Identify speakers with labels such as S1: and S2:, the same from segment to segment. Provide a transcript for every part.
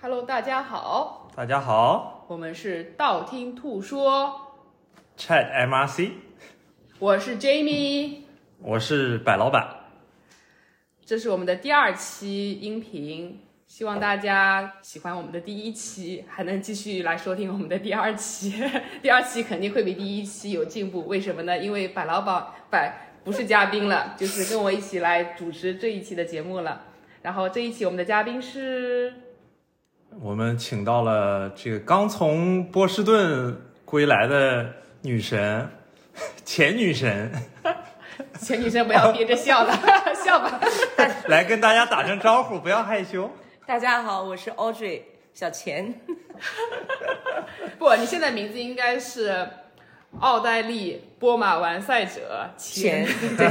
S1: Hello， 大家好，
S2: 大家好，
S1: 我们是道听途说
S2: Chat MRC，
S1: 我是 Jamie，
S2: 我是百老板。
S1: 这是我们的第2期音频，希望大家喜欢我们的第1期，还能继续来收听我们的第2期。第2期肯定会比第1期有进步，为什么呢？因为百老板不是嘉宾了，就是跟我一起来主持这一期的节目了。然后这一期我们的嘉宾是，
S2: 我们请到了这个刚从波士顿归来的女神，前女神，
S1: 前女生不要憋着笑了，笑吧。
S2: 来跟大家打声招呼，不要害羞。
S3: 大家好，我是 Audrey 小钱。
S1: 不，你现在名字应该是奥黛丽波马完赛者钱。
S3: 对，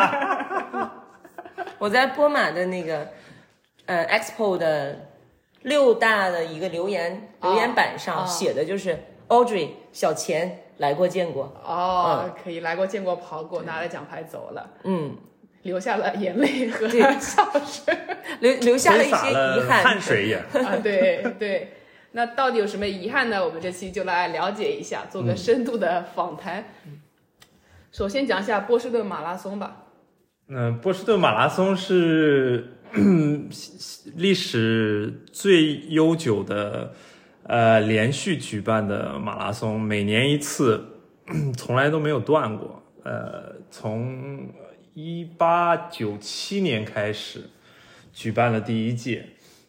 S3: 我在波马的那个Expo 的6大的一个留言板上写的就是 Audrey 小钱来过见过。
S1: 可以来过见过跑过，拿了奖牌走了。
S3: 嗯，
S1: 流下了眼泪和笑声，
S3: 留下了一些遗憾，
S2: 汗水也
S1: 对对。那到底有什么遗憾呢？我们这期就来了解一下，做个深度的访谈。首先讲一下波士顿马拉松吧。
S2: 波士顿马拉松是历史最悠久的连续举办的马拉松，每年一次，从来都没有断过。从1897年开始举办了第1届，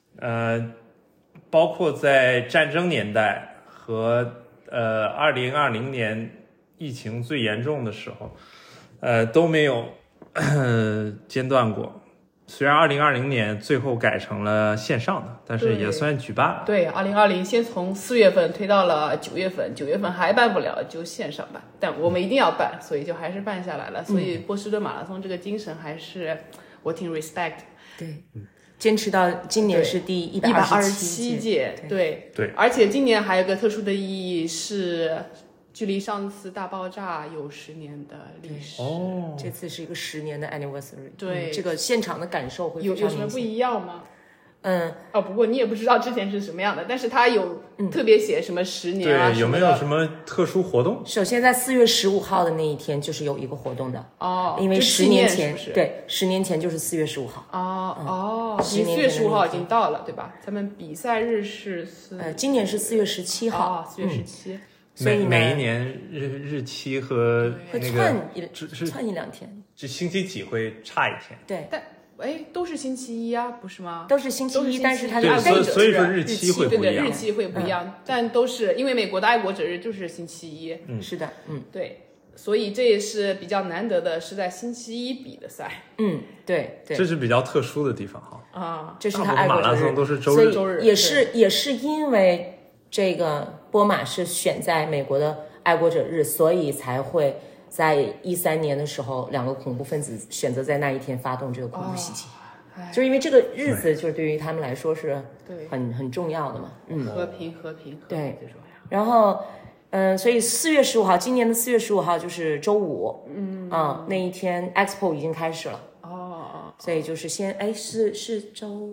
S2: 包括在战争年代和2020年疫情最严重的时候，都没有间断过。虽然2020年最后改成了线上的，但是也算举办了。
S1: 对，2020先从4月份推到了9月份，9月份还办不了，就线上办。但我们一定要办，所以就还是办下来了。所以波士顿马拉松这个精神还是我挺 respect。
S3: 对，坚持到今年是第127
S1: 届。对，而且今年还有个特殊的意义是，距离上次大爆炸有10年的历史。
S3: 这次是一个10年的 anniversary。
S1: 对，
S3: 这个现场的感受会非常
S1: 有什么不一样吗？不过你也不知道之前是什么样的，但是他有特别写什么10年啊，
S2: 对，有没有什么特殊活动？
S3: 首先在4月15号的那一天就是有一个活动的因为10年前
S1: 是
S3: 对，10年前就是4月15号。
S1: 你4月15号已经到了，对吧？咱们比赛日是
S3: 今年是4月17号。
S1: 4月17。
S3: 所以
S2: 每一年日期和那个
S3: 窜一2天，
S2: 这星期几会差1天。
S3: 对，
S1: 但都是星期一啊，不是吗？
S3: 都是星期一，但是它
S2: 对，所以说日期会不一样。
S1: 日期会不一样，但都是因为美国的爱国者日就是星期一。
S3: 是的，
S1: 对，所以这也是比较难得的，是在星期一比的赛。
S3: 对，
S2: 这是比较特殊的地方
S1: 哈。
S3: 这是他爱国者日，
S2: 马拉松都是周日，
S3: 也是因为这个波马是选在美国的爱国者日，所以才会在13年的时候2个恐怖分子选择在那一天发动这个恐怖袭击。就是因为这个日子就是对于他们来说是很重要的嘛。
S1: 和平
S3: 对。然后所以4月15号，今年的4月15号就是周五。那一天 Expo 已经开始了。所以就是先是周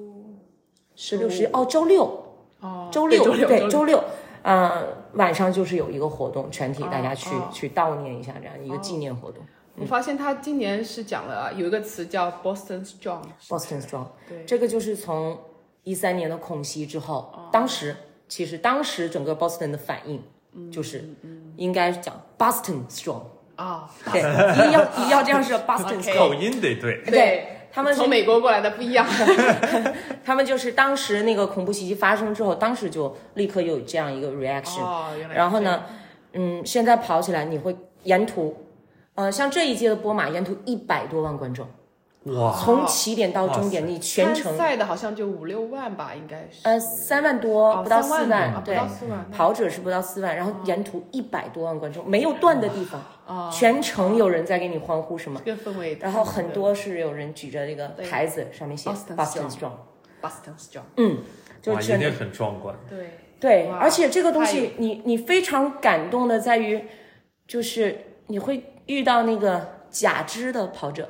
S3: 16周六。周六晚上就是有一个活动，全体大家去悼念一下，这样一个纪念活动。
S1: 我发现他今年是讲了有一个词叫 Boston Strong。
S3: 对，这个就是从13年的恐袭之后，当时整个 Boston 的反应就是应该讲 Boston Strong。对，一定要这样说 Boston Strong。
S2: 口音得
S1: 对。他们从美国过来的不一样。
S3: 他们就是当时那个恐怖袭击发生之后，当时就立刻有这样一个 reaction。然后呢，现在跑起来你会沿途，像这一届的波马沿途100多万观众。
S2: 哇！
S3: 从起点到终点，你全程
S1: 参赛的好像就5-6万吧，应该是。
S3: 3万多，不到4万，对，
S1: 不到4万。
S3: 跑者是不到4万，然后沿途100多万观众，没有断的地方，全程有人在给你欢呼什么，
S1: 这个氛围。
S3: 然后很多是有人举着这个牌子，上面写 Boston Strong。就
S2: 一定很壮观。
S3: 对，而且这个东西你非常感动的在于，就是你会遇到那个假肢的跑者。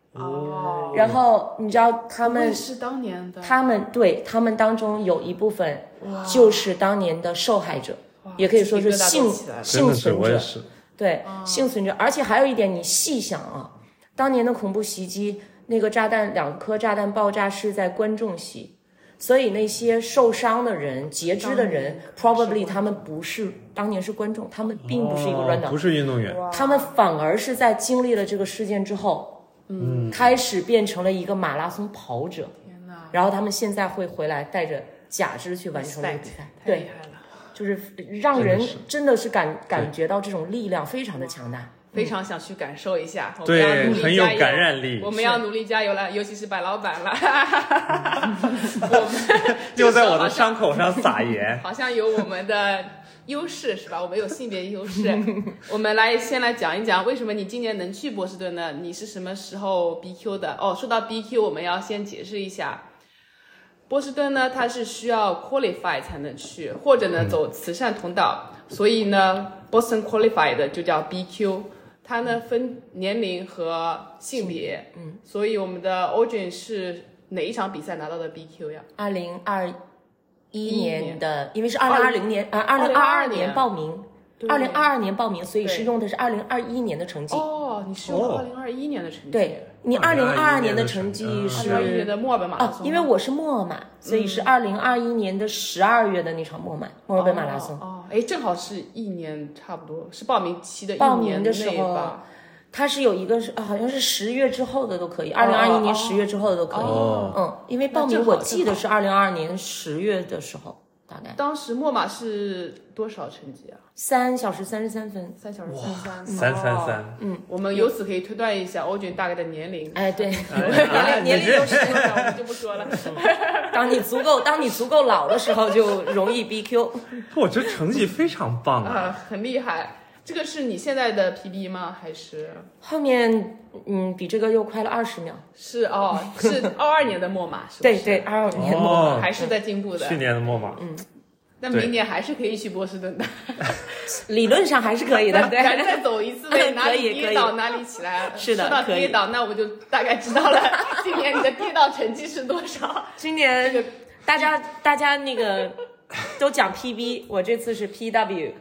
S1: 哦，
S3: 然后你知道他们
S1: 是当年的，
S3: 他们当中有一部分就是当年的受害者，也可以说是幸存者。对，幸存者。而且还有一点，你细想啊，当年的恐怖袭击，那个2颗炸弹爆炸是在观众席，所以那些受伤的人、截肢的人 ，probably 他们不是当年是观众，他们并不是一个 runner，
S2: 不是运动员，
S3: 他们反而是在经历了这个事件之后。开始变成了一个马拉松跑者，
S1: 天哪！
S3: 然后他们现在会回来带着假肢去完成这个比赛，
S1: 太厉害了，
S3: 就是让人真的是感觉到这种力量非常的强大，
S1: 非常想去感受一下。
S2: 对，很有感染力。
S1: 我们要努力加油了，尤其是白老板了。我们
S2: 又在我的伤口上撒盐，
S1: 好像有我们的优势是吧？我们有性别优势。我们先来讲一讲为什么你今年能去波士顿呢？你是什么时候 BQ 的？哦，说到 BQ， 我们要先解释一下，波士顿呢，它是需要 qualify 才能去，或者呢走慈善通道，所以呢 Boston Qualified 就叫 BQ， 它呢分年龄和性别，所以我们的 Audrey 是哪一场比赛拿到的 BQ 呀
S3: ？2021年的，因为是2020年，2022年报名，2022年报名，所以是用的是2021年的成绩。
S1: 哦，你是用2021年的成绩？
S3: 对，你2022年的成绩是
S1: 2021年的墨尔本马拉松。
S3: 因为我是墨马，所以是2021年的12月的那场墨尔本马拉松。
S1: 哎，正好是一年差不多，是报名期的
S3: 报
S1: 一年
S3: 的时候
S1: 吧。
S3: 它是有一个好像是10月之后的都可以，2021年10月之后的都可以。因为报名我记得是2022年10月的时候，大概。
S1: 当时墨马是多少成绩啊
S3: ？3小时33分。
S1: 3小时33。
S2: 333。
S1: 我们由此可以推断一下欧俊大概的年龄。
S3: 哎，对，
S1: 年龄就是我们就不说了。
S3: 当你足够老的时候，就容易 BQ。
S2: 我这成绩非常棒啊，
S1: 很厉害。这个是你现在的 PB 吗？还是
S3: 后面比这个又快了20秒？
S1: 是是22年的墨马，是不是？
S3: 对，22年的墨马
S1: 还是在进步的。
S2: 去年的墨马，
S1: 那明年还是可以去波士顿的，
S3: 理论上还是可以的。对，
S1: 咱再走一次呗，哪里跌倒哪里起来。
S3: 是的，
S1: 说到跌倒，那我就大概知道了，今年你的跌倒成绩是多少？
S3: 今年这个大家那个。都讲 PB， 我这次是 PW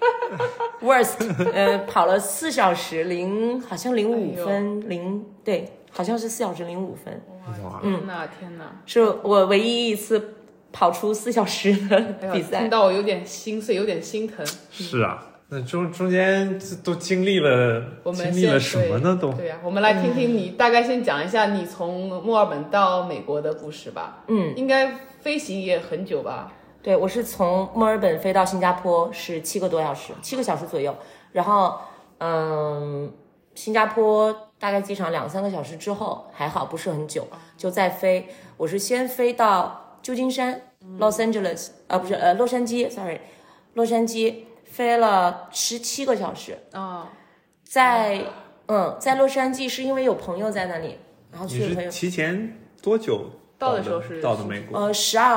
S3: worst， 跑了4小时好像05分对，好像是4小时05分。
S1: 天哪！
S3: 是我唯一一次跑出4小时的比赛。
S1: 听到我有点心碎，有点心疼。
S2: 是啊，那中间都经历了什么呢？都
S1: 对呀，我们来听听你大概先讲一下你从墨尔本到美国的故事吧。应该飞行也很久吧？
S3: 对，我是从墨尔本飞到新加坡是7个多小时，7个小时左右。然后，新加坡大概机场2-3个小时之后，还好不是很久，就再飞。我是先飞到旧金山 ，Los Angeles， 不是洛杉矶 ，sorry， 洛杉矶飞了17个小时。在洛杉矶是因为有朋友在那里，然后去了朋友。
S2: 你是提前多久
S1: 到的时候是
S2: 到的美国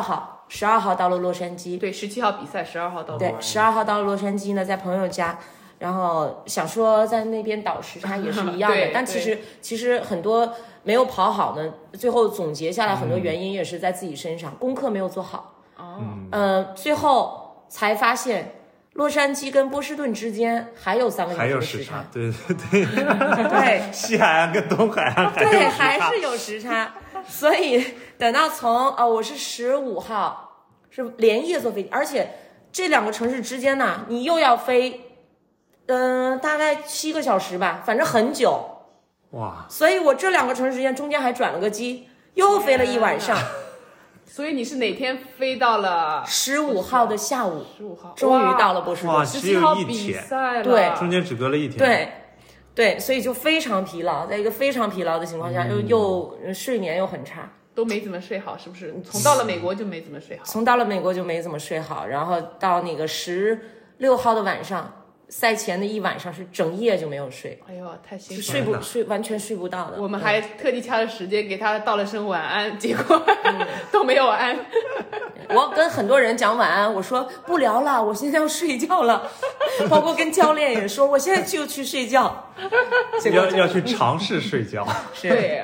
S3: ？12号到了洛杉矶，
S1: 对，17号比赛，12号到了。
S3: 对，12号到了洛杉矶呢，在朋友家，然后想说在那边倒时差也是一样的，但其实很多没有跑好呢，最后总结下来很多原因也是在自己身上，功课没有做好。最后才发现洛杉矶跟波士顿之间还有3个小时的时差。
S2: 对，
S3: 对，
S2: 西海岸跟东海岸
S3: 还是有时差。所以等到我是15号是连夜坐飞机，而且这2个城市之间呢，你又要飞大概7个小时吧，反正很久。
S2: 哇！
S3: 所以我这2个城市之间中间还转了个机，又飞了一晚上。
S1: 所以你是哪天飞到了
S3: ？15号的下午
S1: ，15号
S3: 终于到了波士顿。
S2: 哇，只有一天，
S3: 对，
S2: 中间只隔了1天。
S3: 对，所以就非常疲劳，在一个非常疲劳的情况下，又睡眠又很差，
S1: 都没怎么睡好，是不是？从到了美国就没怎么睡好。
S3: 从到了美国就没怎么睡好，然后到那个16号的晚上，赛前的一晚上是整夜就没有睡。
S1: 哎呦，太辛苦了，
S3: 完全睡不到的。
S1: 我们还特地掐了时间给他道了声晚安，结果都没有安。
S3: 我跟很多人讲晚安，我说不聊了，我现在要睡觉了，包括跟教练也说，我现在就去睡觉。
S2: 要去尝试睡觉。
S1: 对，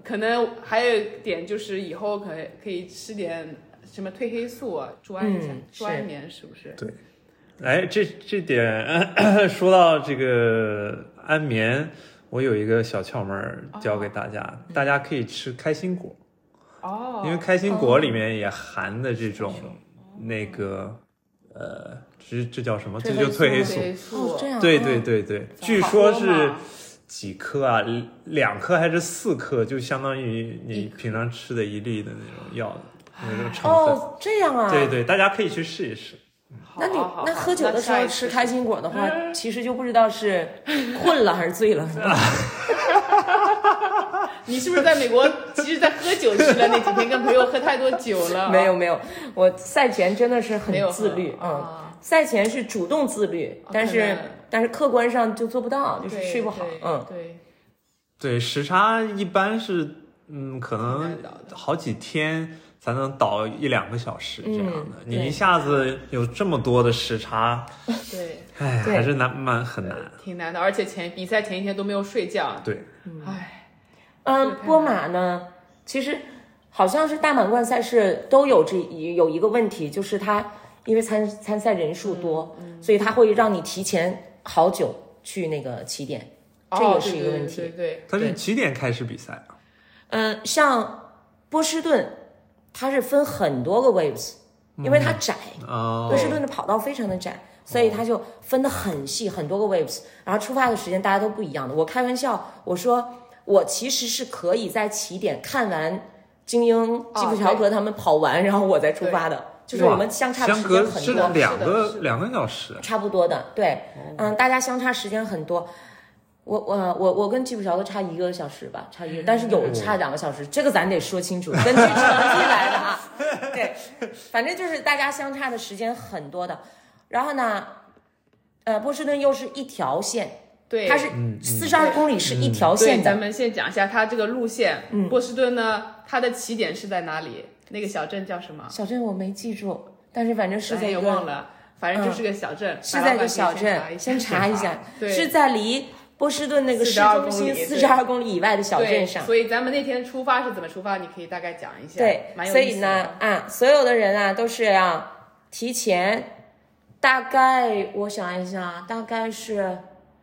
S1: 可能还有一点就是以后可以吃点什么褪黑素啊，助安眠，是不是？
S2: 对。哎，这点说到这个安眠，我有一个小窍门教给大家，大家可以吃开心果。因为开心果里面也含的这种那个这叫什么？这就褪黑素。
S3: 这样。
S2: 对，据说是几颗啊，2颗还是4颗，就相当于你平常吃的1粒的那种药的那种成分。
S3: 这样啊。
S2: 对，大家可以去试一试。
S3: 那喝酒的时候吃开心果的话，其实就不知道是困了还是醉了。
S1: 你是不是在美国其实在喝酒去了？那几天跟朋友喝太多酒了？
S3: 没有，我赛前真的是很自律，赛前是主动自律，但是客观上就做不到，就是睡不好。
S2: 对，时差一般是可能好几天才能倒1-2个小时这样的，你一下子有这么多的时差，
S1: 对，
S2: 还是很难，
S1: 挺难的，而且比赛前一天都没有睡觉。
S2: 对，
S3: 波马呢，其实好像是大满贯赛事都有一个问题，就是它因为参赛人数多，所以它会让你提前好久去那个起点，这也是一个问题。
S1: 对，
S2: 它是几点开始比赛
S3: 啊？像波士顿，它是分很多个 waves， 因为它窄，波士顿的跑道非常的窄，所以它就分得很细，很多个 waves， 然后出发的时间大家都不一样的。我开玩笑，我说我其实是可以在起点看完精英、基普乔格他们跑完，然后我再出发的，就是我们相差的时间很多，
S2: 是2个小时，
S3: 差不多的。对，大家相差时间很多。我跟基普乔格差1个小时吧，差1个，但是有差2个小时，这个咱得说清楚，根据成绩来的啊。对，反正就是大家相差的时间很多的。然后呢，波士顿又是一条线。
S1: 对，
S3: 它是42公里是一条线的。
S1: 咱们先讲一下它这个路线。波士顿呢，它的起点是在哪里？那个小镇叫什么？
S3: 小镇我没记住，但是反正是在一个，
S1: 忘了，反正就是个小镇，
S3: 是在一个小镇，先查一下，是在离波士顿那个市中心42公里以外的小镇上。
S1: 所以咱们那天出发是怎么出发？你可以大概讲一下。
S3: 对，所以呢，所有的人啊都是要提前，大概我想一下，大概是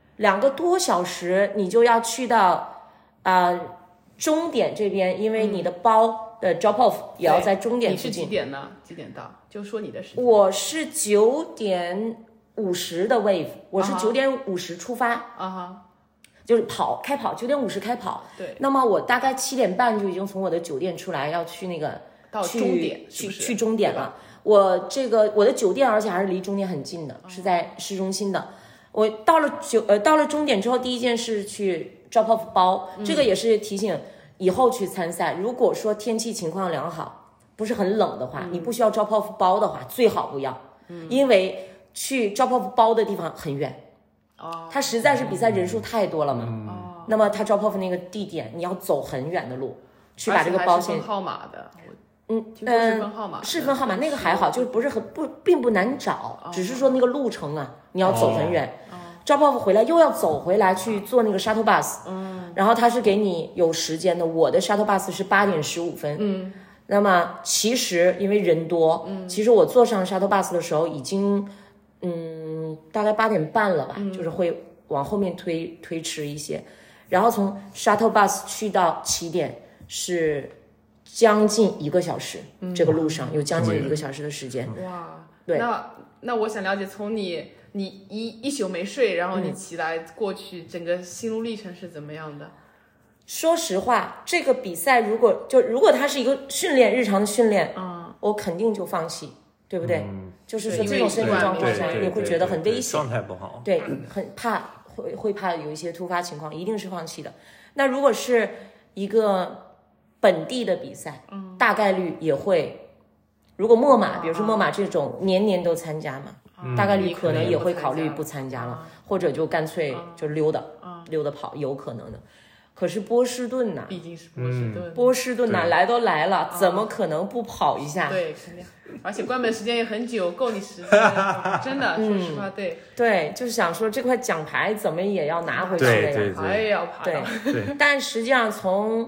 S3: 2个多小时，你就要去到终点这边，因为你的包的 drop off 也要在终点附近。
S1: 你是几点呢？几点到？就说你的时间。
S3: 我是9点50的 wave， 我是9点50出发。就是开跑9点50开跑。
S1: 对。
S3: 那么我大概7点半就已经从我的酒店出来，要去那个
S1: 到终点，
S3: 去终点了。我的酒店，而且还是离终点很近的，是在市中心的。我到了终点之后，第一件事去 drop off 包，这个也是提醒以后去参赛。如果说天气情况良好，不是很冷的话，你不需要 drop off 包的话，最好不要，因为去 drop off 包的地方很远。它实在是比赛人数太多了嘛。那么它 drop off 那个地点，你要走很远的路去把这个包先。
S1: 分号码的。
S3: 是分号码，那个还好，就是并不难找，只是说那个路程啊，你要走很远。drop off 回来又要走回来去坐那个 shuttle bus，然后它是给你有时间的。我的 shuttle bus 是8点15分，那么其实因为人多，其实我坐上 shuttle bus 的时候已经大概8点半了吧，就是会往后面推迟一些，然后从 shuttle bus 去到起点是将近1个小时，这个路上有将近1个小时的时间。
S1: 哇，
S3: 对，
S1: 那我想了解，从你一宿没睡，然后你起来过去，整个心路历程是怎么样的？
S3: 说实话，这个比赛如果它是一个日常的训练，我肯定就放弃，对不对？就是说这种身体状况下，你会觉得很危险，
S2: 状态不好，
S3: 对，很怕会怕有一些突发情况，一定是放弃的。那如果是一个本地的比赛，大概率也会，如果墨马，比如说墨马这种年年都参加嘛，大概率可能也会考虑不参加了，或者就干脆就溜达跑，有可能的。可是波士顿呐，
S1: 毕竟是波士顿，
S3: 波士顿呐，来都来了，怎么可能不跑一下？
S1: 对，肯定。而且关门时间也很久，够你时间，真的，说实话，
S3: 对，就是想说这块奖牌怎么也要拿回去了呀，
S1: 还要爬。
S3: 对，但实际上从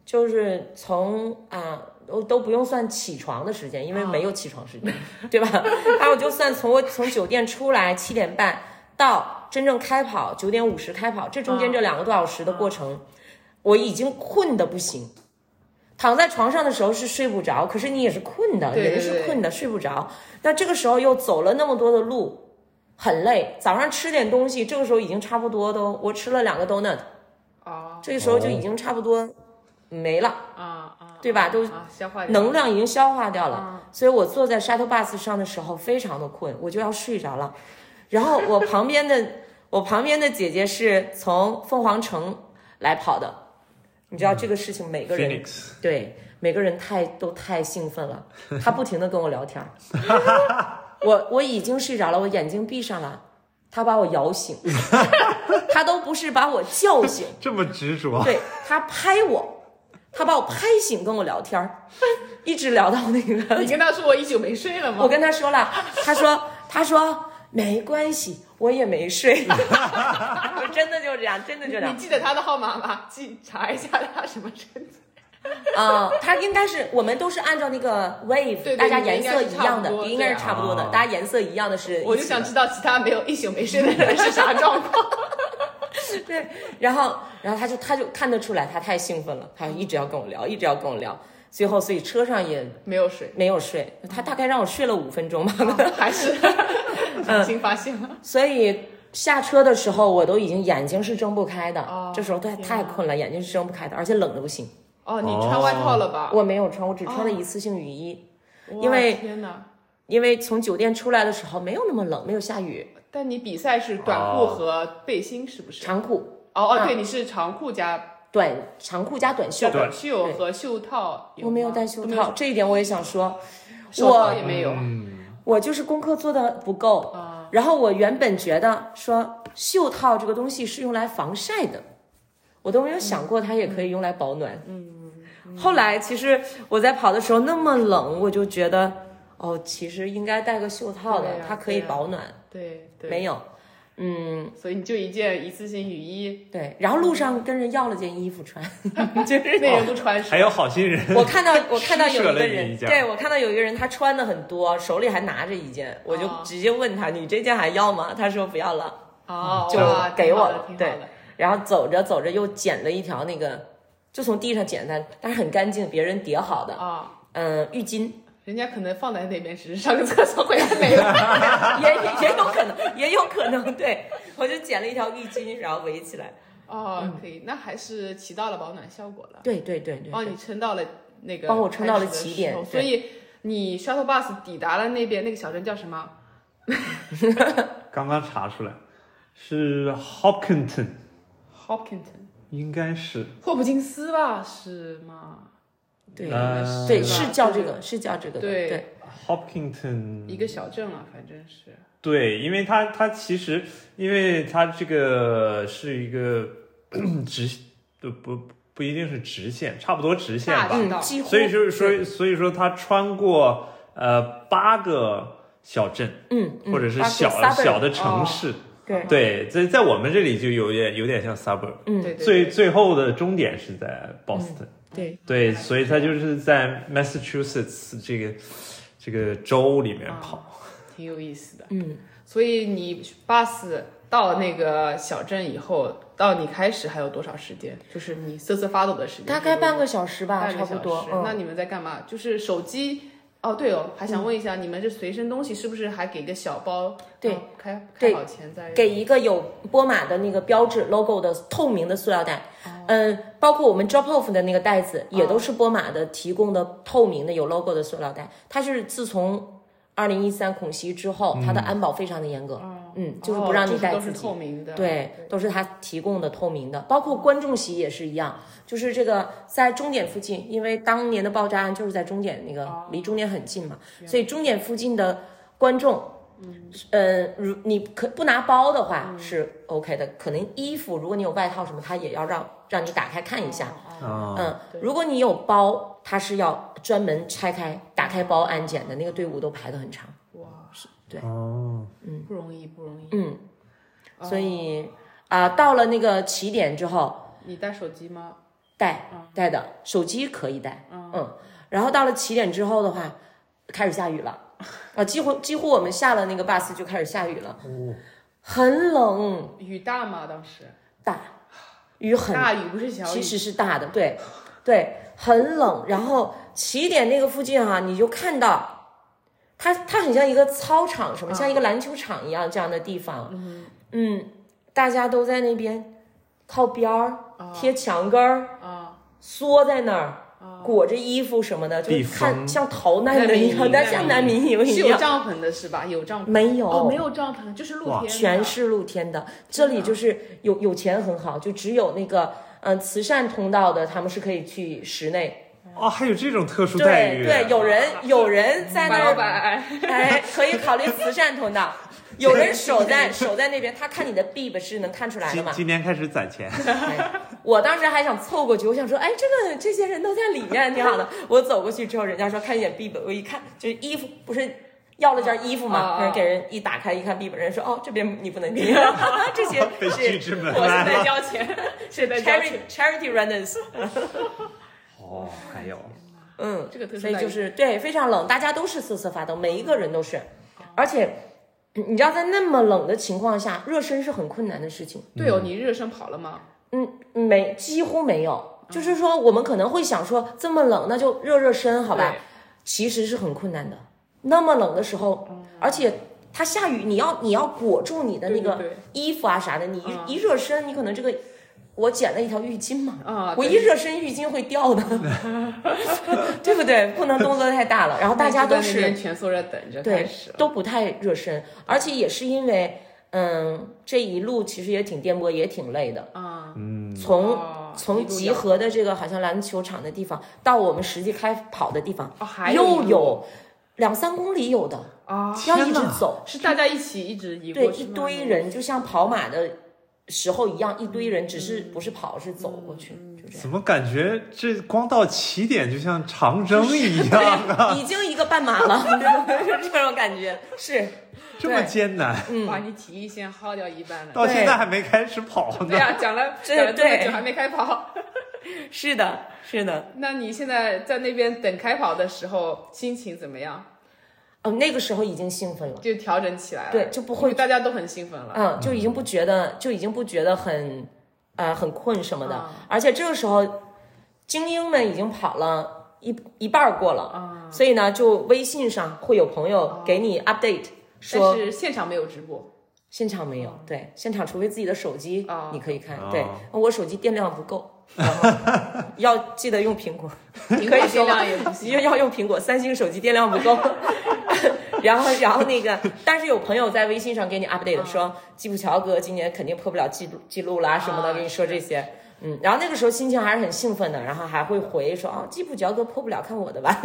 S3: 就是从都不用算起床的时间，因为没有起床时间，对吧？然后我就算我从酒店出来7点半到真正开跑9点50开跑，这中间这2个多小时的过程，我已经困得不行。躺在床上的时候是睡不着，可是你也是困的，人是困的，睡不着。那这个时候又走了那么多的路，很累。早上吃点东西，这个时候已经差不多我吃了2个 donut，这个时候就已经差不多没了对吧？都能量已经消化掉了，所以我坐在 shuttle bus 上的时候非常的困，我就要睡着了。然后我旁边的姐姐是从凤凰城来跑的，你知道这个事情每个人
S2: Phoenix
S3: 对每个人都太兴奋了，她不停的跟我聊天我已经睡着了，我眼睛闭上了，她把我摇醒她都不是把我叫醒，
S2: 这么执着，
S3: 对，她拍我，他把我拍醒，跟我聊天一直聊到那个。
S1: 你跟他说我1宿没睡了吗？
S3: 我跟他说了，他说没关系，我也没睡。真的就这样，真的就这样。
S1: 你记得他的号码吗？查一下他什么称呼。
S3: 他应该是我们都是按照那个 wave，
S1: 对
S3: 大家颜色一样的，应该是差不多的，大家颜色一样的是。
S1: 我就想知道其他没有1宿没睡的人是啥状况。
S3: 对，然后他就看得出来，他太兴奋了，他一直要跟我聊，一直要跟我聊。最后，所以车上也
S1: 没有睡，
S3: 他大概让我睡了5分钟吧，
S1: 还是重新发现了。
S3: 所以下车的时候，我都已经眼睛是睁不开的，这时候太困了，眼睛是睁不开的，而且冷的不行。
S1: 你穿外套了吧？
S3: 我没有穿，我只穿了一次性雨衣，
S1: 天哪！
S3: 因为从酒店出来的时候没有那么冷，没有下雨。
S1: 但你比赛是短裤和背心是不是？
S3: 长裤。
S1: 对，你是长裤加
S3: 长裤加短袖。
S1: 短袖和袖套。
S3: 我没有带袖套，这一点我也想说，
S1: 手套也没有。
S3: 我就是功课做的不够。然后我原本觉得说袖套这个东西是用来防晒的，我都没有想过它也可以用来保暖。后来其实我在跑的时候那么冷，我就觉得其实应该带个袖套的，它可以保暖。
S1: 对，
S3: 没有，
S1: 所以你就一件一次性雨衣。
S3: 对，然后路上跟人要了件衣服穿，就是
S1: 那人不穿。
S2: 还有好心人。
S3: 我看到有一个人，对，我看到有一个人他穿的很多，手里还拿着一件，我就直接问他：“你这件还要吗？”他说不要了，就给我了。对，然后走着走着又捡了一条那个，就从地上捡的，但是很干净，别人叠好的浴巾。
S1: 人家可能放在那边，只是上个厕所回来没了，
S3: 也有可能。对，我就捡了一条浴巾，然后围起来。
S1: 可以，那还是起到了保暖效果了。
S3: 对，
S1: 帮你撑到了那个，
S3: 帮我撑到了起点。
S1: 所以你 shuttle bus 抵达了那边那个小镇叫什么？
S2: 刚刚查出来，是 Hopkinton， 应该是
S1: 霍普金斯吧？是吗？
S3: 对，是叫这个，对
S2: Hopkinton
S1: 一个小镇啊，反正是。
S2: 对，因为它其实，因为它这个是一个不一定是直线，差不多直线吧，所以就是说，它穿过8个小镇，或者是小的城市。对，在我们这里就有点像 suburb，最后的终点是在 Boston，对，所以它就是在 Massachusetts 这个州里面跑，
S1: 挺有意思的。所以你 bus 到那个小镇以后，到你开始还有多少时间？就是你瑟瑟发抖的时间？
S3: 大概半个小时吧，差不多。
S1: 那你们在干嘛？就是手机。还想问一下，你们这随身东西是不是还给个小包？
S3: 对，
S1: 开好钱再
S3: 给一个有波马的那个标志 logo 的透明的塑料袋。包括我们 drop off 的那个袋子也都是波马的提供的透明的有 logo 的塑料袋。它是自从2013恐袭之后，它的安保非常的严格。就是不让你带自己。
S1: 都是透明的。
S3: 对，都是它提供的透明的，包括观众席也是一样。就是这个在终点附近，因为当年的爆炸案就是在终点那个离终点很近嘛，所以终点附近的观众，你不拿包的话是 OK 的，可能衣服如果你有外套什么，他也要让你打开看一下。如果你有包，他是要专门拆开打开包安检的，那个队伍都排得很长。
S1: 哇，
S3: 对，
S1: 不容易。
S3: 所以到了那个起点之后，
S1: 你带手机吗？
S3: 带的，手机可以带，然后到了起点之后的话，开始下雨了，几乎我们下了那个 bus 就开始下雨了，很冷。
S1: 雨大吗？当时
S3: 大，雨很
S1: 大，雨不是小雨，
S3: 其实是大的，对，很冷。然后起点那个附近你就看到它很像一个操场什么，像一个篮球场一样这样的地方，大家都在那边靠边儿，贴墙根儿，缩在那儿。裹着衣服什么的，就看像逃难的一样，像难民营一样。
S1: 是有帐篷的是吧？有帐篷？
S3: 没有，
S1: 没有帐篷，就是露天的，
S3: 全是露天的。这里就是有钱很好，就只有那个慈善通道的，他们是可以去室内。
S2: 还有这种特殊待遇？
S3: 对，有人在那儿，可以考虑慈善通道。有人守在那边，他看你的 bib 是能看出来的嘛？
S2: 今年开始攒钱。
S3: 我当时还想凑过去，我想说，这些人都在里面，挺好的。我走过去之后，人家说看一眼 bib， 我一看就是衣服，不是要了件衣服嘛，给人一打开一看 bib， 人说这边你不能进，这些
S2: 被拒之门，
S1: 我是在交钱，是在交钱
S3: charity runners。
S2: 还有，
S1: 这个特殊，
S3: 所以就是对非常冷，大家都是瑟瑟发抖，每一个人都是，而且。你知道在那么冷的情况下，热身是很困难的事情。
S1: 对你热身跑了吗？
S3: 几乎没有。就是说，我们可能会想说，这么冷，那就热身，好吧？其实是很困难的。那么冷的时候，而且它下雨，你要裹住你的那个衣服啥的，你一热身，你可能这个。我捡了一条浴巾嘛，我一热身浴巾会掉的，对不对？不能动作太大了。然后大家都是
S1: 蜷缩着等着，
S3: 对，都不太热身，而且也是因为，这一路其实也挺颠簸，也挺累的。从集合的这个好像篮球场的地方到我们实际开跑的地方，又有2-3公里有的要一直走，
S1: 是大家一起一直移过去，
S3: 对，一堆人就像跑马的。时候一样，一堆人，只是不是跑是走过去，就这样。
S2: 怎么感觉这光到起点就像长征一样啊？
S3: 已经一个半马了，这种感觉是
S2: 这么艰难。
S1: 哇，你体力先耗掉一半了，
S2: 到现在还没开始跑呢。
S1: 对呀，讲了这么久还没开跑。
S3: 是的。
S1: 那你现在在那边等开跑的时候，心情怎么样？
S3: 那个时候已经兴奋了，
S1: 就调整起来了，
S3: 对，就不会，
S1: 大家都很兴奋了，
S3: 就已经不觉得很困什么的，而且这个时候精英们已经跑了一半过了，所以呢，就微信上会有朋友给你 update，说，
S1: 但是现场没有直播，
S3: 现场没有，对，现场除非自己的手机你可以看，对，我手机电量不够。然后要记得用苹果，
S1: 可以电量也不行，
S3: 要用苹果，三星手机电量不够。然后那个，但是有朋友在微信上给你 update 说，基普乔格今年肯定破不了记录啦什么的，跟你说这些。然后那个时候心情还是很兴奋的，然后还会回说基普乔格破不了，看我的吧。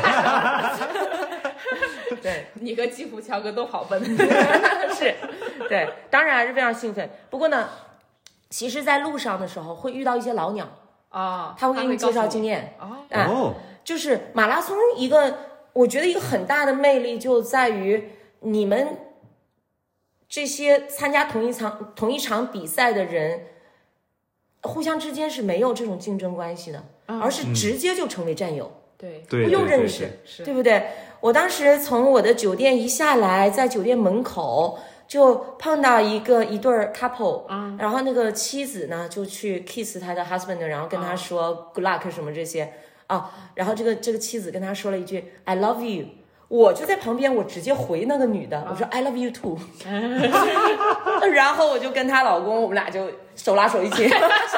S3: 对，
S1: 你和基普乔格都跑奔，
S3: 是，对，当然还是非常兴奋。不过呢。其实，在路上的时候会遇到一些老鸟他会给你介绍经验就是马拉松我觉得一个很大的魅力就在于你们这些参加同一场比赛的人，互相之间是没有这种竞争关系的，而是直接就成为战友。
S1: 对，
S3: 不用认识，对不对？我当时从我的酒店一下来，在酒店门口。就碰到一对 couple，然后那个妻子呢就去 kiss 他的 husband， 然后跟他说 good luck 什么这些然后这个妻子跟他说了一句 I love you， 我就在旁边，我直接回那个女的，我说 I love you too， 然后我就跟她老公，我们俩就手拉手一起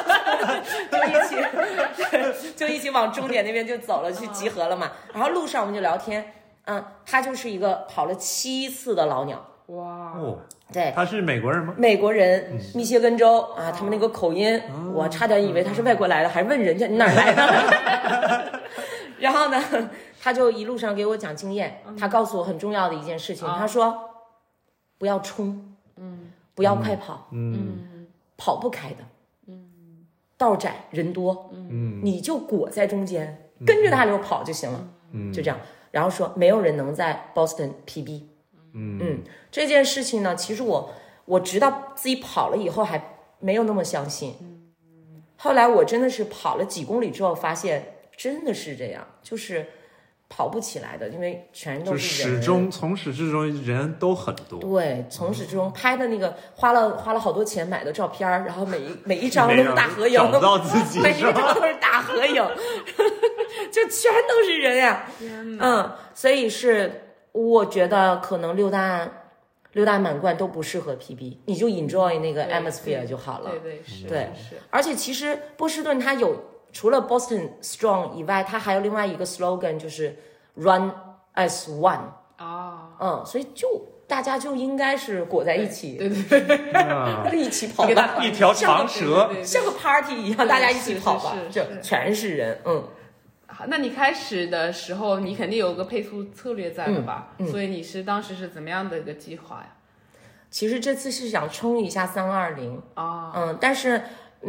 S3: 就一起往终点那边就走了，去集合了嘛。然后路上我们就聊天，他就是一个跑了7次的老鸟。
S1: 哇
S3: 对，
S2: 他是美国人吗？
S3: 美国人，密歇根州他们那个口音，我差点以为他是外国来的，还问人家你哪儿来的。然后呢，他就一路上给我讲经验，他告诉我很重要的一件事情，他说不要冲，不要快跑，跑不开的，道窄人多，你就裹在中间，跟着大流跑就行了，就这样。然后说没有人能在 Boston PB。这件事情呢，其实我直到自己跑了以后还没有那么相信， 后来我真的是跑了几公里之后，发现真的是这样，就是跑不起来的，因为全都是人。
S2: 从始至终人都很多。
S3: 对，从始至终拍的那个花了好多钱买的照片，然后每一张都是大合影，
S2: 找不到自己，
S3: 每一张都是大合影，就全都是人呀。所以是我觉得可能六大满贯都不适合 PB， 你就 enjoy 那个 atmosphere 就好了。对，而且其实波士顿它有除了 Boston Strong 以外，它还有另外一个 slogan， 就是 Run as One。所以大家就应该是裹在一起，对，一起跑吧，
S2: 一条长蛇，
S3: 像个 party 一样，大家一起跑吧，就全是人。
S1: 好，那你开始的时候，你肯定有个配速策略在的吧？所以你当时是怎么样的一个计划呀？
S3: 其实这次是想冲一下320但是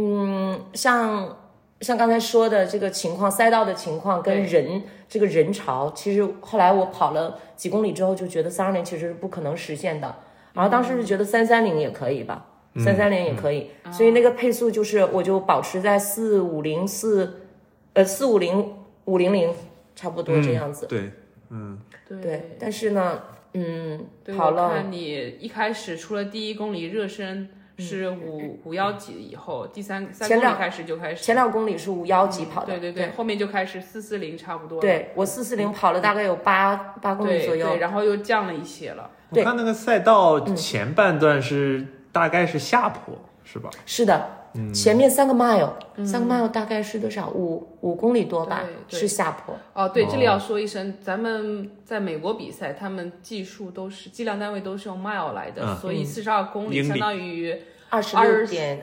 S3: 像刚才说的这个情况，赛道的情况跟这个人潮，其实后来我跑了几公里之后，就觉得320其实是不可能实现的。然后当时是觉得330也可以吧，330也可以，所以那个配速就是我就保持在450、500差不多这样子。对，但是呢，跑了。
S1: 我看你一开始除了第1公里热身是515几，以后第3公里开始前
S3: 2公里是515几跑的，
S1: 对，后面就开始440差不多了。
S3: 对，我440跑了大概有8公里左右，
S1: 对，然后又降了一些了。
S2: 我看那个赛道前半段大概是下坡，是吧？
S3: 是的。前面3个 mile，3个 mile 大概是多少？5公里多吧，是下坡。
S1: 对，这里要说一声，咱们在美国比赛，他们计量单位都是用 mile 来的，所以42公里相当于
S3: 26.2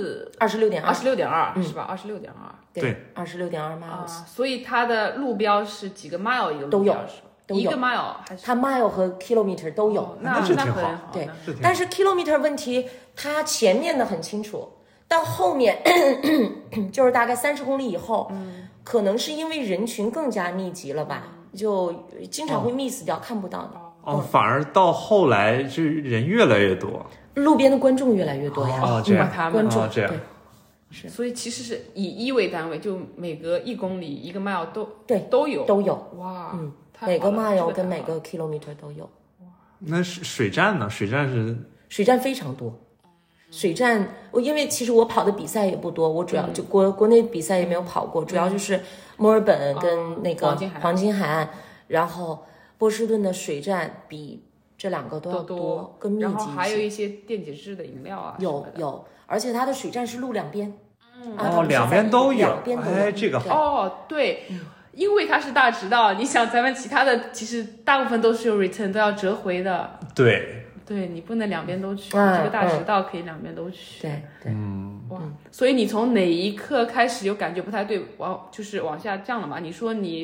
S1: 是吧？26.2，
S3: 对，26.2 miles。
S1: 所以它的路标是几个 mile 一个
S3: 都有。
S1: 一个 mile 还是
S3: 它 mile 和 kilometer 都有，
S1: 那
S2: 是挺好。
S3: 对，但是 kilometer 问题，它前面的很清楚。到后面就是大概30公里以后，可能是因为人群更加密集了吧，就经常会 miss 掉，看不到的。
S2: 反而到后来是人越来越多，
S3: 路边的观众越来越多呀。
S2: 这样，
S3: 观众
S2: 这样。
S3: 是，
S1: 所以其实是以1为单位，就每隔1公里1个 mile 都有。哇，
S3: 每个 mile 跟每个 kilometer 都有。
S2: 那水站呢？水
S3: 站非常多。水站，因为其实我跑的比赛也不多，我主要就国内比赛也没有跑过，主要就是墨尔本跟那个黄金海岸，然后波士顿的水站比这2个都要多，更密集一些。
S1: 然后还有一些电解质的饮料啊，
S3: 有，而且它的水站是路两边，
S2: 两边都有，这个
S1: 好。对。因为它是大直道，你想咱们其他的其实大部分都是有 return 都要折回的。对，你不能两边都去，这个大直道可以两边都去。
S3: 对，
S1: 哇，所以你从哪一刻开始有感觉不太对，就是往下降了嘛？你说你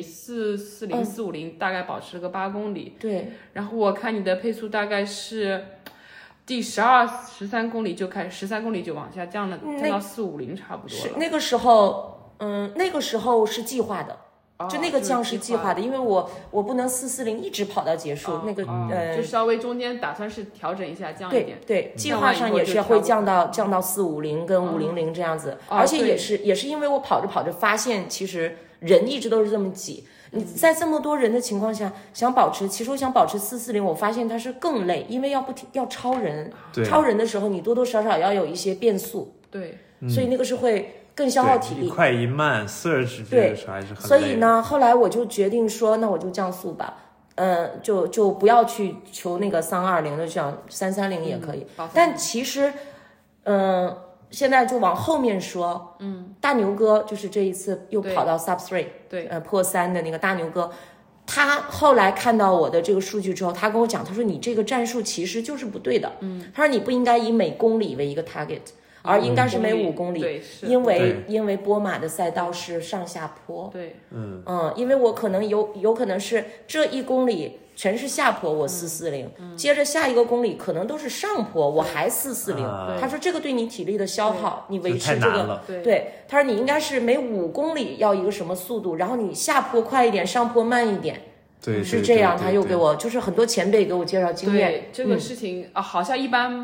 S1: 440、450大概保持了个8公里，
S3: 对。
S1: 然后我看你的配速大概是第12、13公里就13公里就往下降了，降到450差不多了。
S3: 是那个时候是计划的。就那个降是计划的，因为我不能440一直跑到结束，那个
S1: 就稍微中间打算是调整一下，降一点。
S3: 对，计划上也是会降到450跟500这样子，而且也是因为我跑着发现，其实人一直都是这么挤，你在这么多人的情况下其实我想保持440，我发现它是更累，因为要超人，超人的时候你多多少少要有一些变速，
S1: 对，
S3: 所以那个是会更消耗体力，
S2: 一快一慢 surge 这个时候还是很累。
S3: 所以呢，后来我就决定说，那我就降速吧，就不要去求那个320的，这样330也可以。但其实，现在就往后面说，大牛哥就是这一次又跑到 sub 3，
S1: 对，
S3: 破3的那个大牛哥，他后来看到我的这个数据之后，他跟我讲，他说你这个战术其实就是不对的，他说你不应该以每公里为一个 target。而应该是每5公里，因为波马的赛道是上下坡，
S1: 对，
S3: 因为我可能有可能是这1公里全是下坡，我440，接着下1个公里可能都是上坡，我还440。他说这个对你体力的消耗，你维持这个，对，他说你应该是每5公里要一个什么速度，然后你下坡快一点，上坡慢一点。
S2: 对，
S3: 是这样。他又给我就是很多前辈给我介绍经验。
S1: 对这个事情好像一般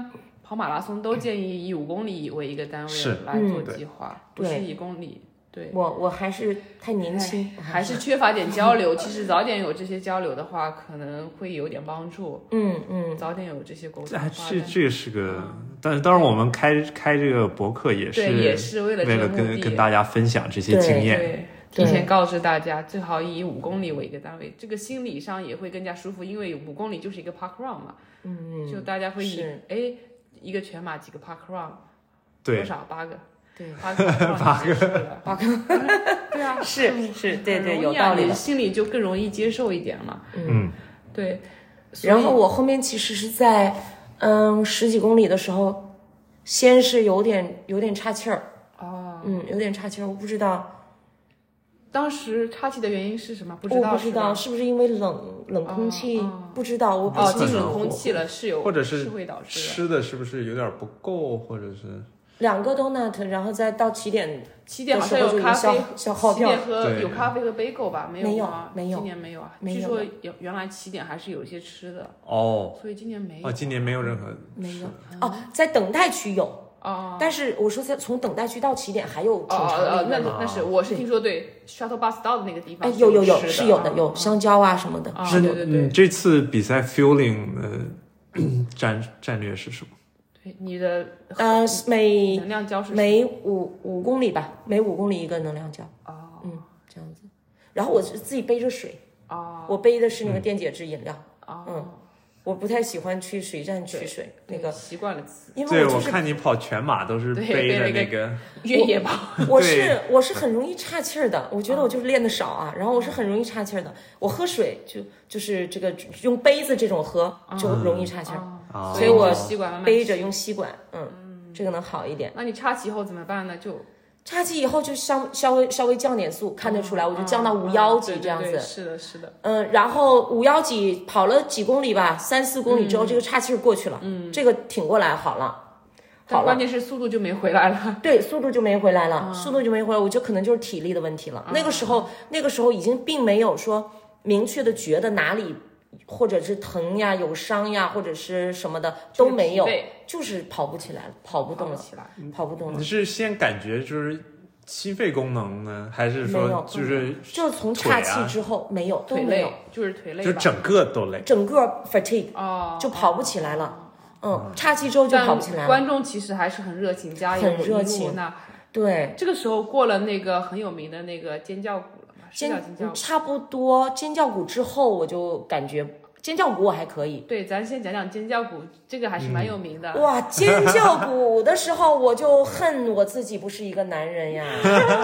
S1: 跑马拉松都建议以5公里为一个单位来做计划，不是以公里。对，
S3: 我还是太年轻，
S1: 还是缺乏点交流。其实早点有这些交流的话，可能会有点帮助。早点有这些沟通。
S2: 这是个，但是当然我们开这个博客也是
S1: 为了
S2: 跟大家分享这些经验。
S1: 对，提前告知大家，最好以5公里为一个单位，这个心理上也会更加舒服，因为5公里就是一个 park run 嘛。就大家会一个全马几个 park run， 多少8个。对，8个，对啊，
S3: 是，对，有道理，
S1: 心里就更容易接受一点嘛。对。
S3: 然后我后面其实是在10几公里的时候，先是有点岔气儿。有点岔气儿，我不知道。
S1: 当时岔气的原因是什么？不知道，
S3: 是不是因为冷空气？不知道，我
S1: 进冷空气了，
S2: 或者是
S1: 会导致
S2: 吃的是不是有点不够，或者是
S3: 2个 donut， 然后再到起点
S1: 好像有咖啡，
S3: 消耗掉。
S1: 有咖啡和 bagel 吧？没有吗？
S3: 没有，
S1: 今年没有啊。据说原来起点还是有一些吃的所以今年没有。
S2: 今年没有任何
S3: 没有在等待区有。但是我说从等待区到起点还有挺长的
S1: 那是我是听说对 shuttle bus 到的那个地方
S3: 有是有的，有香蕉啊什么的。
S1: 对。
S2: 这次比赛 fueling 战略是什么？
S1: 对，你的
S3: 每
S1: 能量胶是
S3: 每5公里吧，每5公里一个能量胶。这样子。然后我是自己背着水。我背的是那个电解质饮料。我不太喜欢去水站取水，那个
S1: 习惯了，
S3: 因为
S2: 我看你跑全马都是背着那个
S1: 越野跑。
S3: 我是很容易岔气儿的，我觉得我就是练的少啊，然后我是很容易岔气儿的。我喝水就是这个用杯子这种喝就容易岔气儿，所以我背着用吸管，这个能好一点。
S1: 那你岔气以后怎么办呢？就
S3: 岔气以后就稍微降点速，看得出来，我就降到5.1几这样子。
S1: 是的。
S3: 然后5.1几跑了几公里吧，3、4公里之后，这个岔气过去了。这个挺过来好了。
S1: 但关键是速度就没回来了。
S3: 对，速度就没回来了，我就可能就是体力的问题了。那个时候已经并没有说明确的觉得哪里或者是疼呀、有伤呀，或者是什么的都没有，就是跑不起来了，跑不动了。
S2: 你是先感觉就是心肺功能呢，还是说就是
S3: 从岔气之后没有都没有，
S1: 就是腿累，
S2: 就整个都累，
S3: 整个 fatigue 就跑不起来了。岔气之后就跑不起来了。
S1: 观众其实还是很热情，加油，
S3: 很热情。对，
S1: 这个时候过了那个很有名的那个尖叫谷了嘛？尖叫谷
S3: 差不多，尖叫谷之后我就感觉尖叫谷我还可以。
S1: 对，咱先讲讲尖叫谷，这个还是蛮有名的。
S3: 哇，尖叫谷的时候我就恨我自己不是一个男人呀。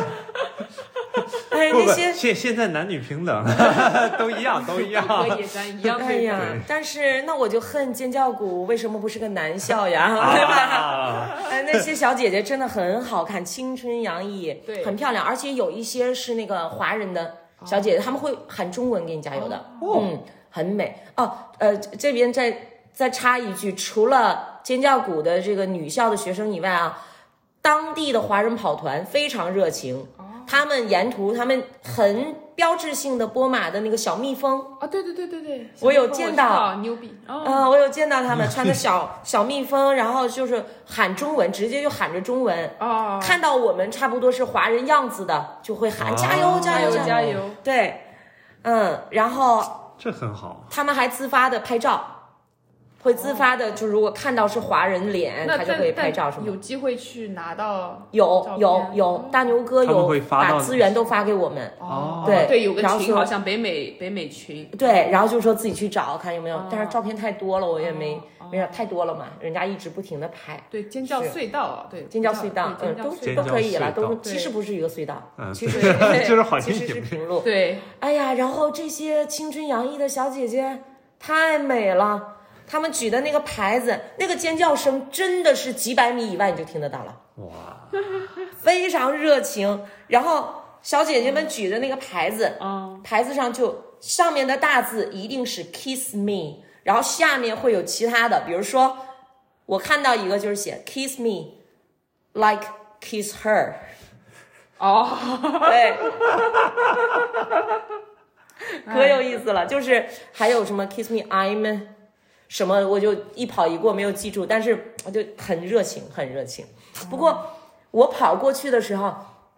S3: 那些
S2: 现在男女平等，都一样。
S1: 可以，咱一样。
S3: 但是那我就恨尖叫谷为什么不是个男校呀？对吧？那些小姐姐真的很好看，青春洋溢，
S1: 对，
S3: 很漂亮，而且有一些是那个华人的小姐姐，他们会喊中文给你加油的。很美这边再插一句，除了尖叫谷的这个女校的学生以外啊，当地的华人跑团非常热情。他们沿途他们很标志性的波马的那个小蜜蜂
S1: 对，
S3: 我有见到，
S1: 牛逼
S3: 我有见到他们穿的小蜜蜂，然后就是喊中文，直接就喊着中文看到我们差不多是华人样子的，就会喊加油加油。对，然后
S2: 这很好，
S3: 他们还自发的拍照。会自发的，就如果看到是华人脸，他就会拍照什么。
S1: 有机会去拿到
S3: 有大牛哥有把资源都发给我们。
S1: 对，有个群好像北美群。
S3: 对，然后就说自己去找看有没有，但是照片太多了，我也没太多了嘛，人家一直不停的拍。
S1: 对，尖叫隧道对，
S3: 尖叫隧道，都可以了，其实不是一个隧道，其实
S2: 就是好听，
S3: 其实是平路。
S1: 对，
S3: 哎呀，然后这些青春洋溢的小姐姐太美了。他们举的那个牌子，那个尖叫声真的是几百米以外你就听得到了，
S2: 哇，
S3: 非常热情。然后小姐姐们举的那个牌子，牌子上就上面的大字一定是 kiss me， 然后下面会有其他的，比如说我看到一个就是写 kiss me like kiss her， 对，可有意思了。就是还有什么 kiss me 什么，我就一跑一过没有记住，但是我就很热情，很热情。不过我跑过去的时候，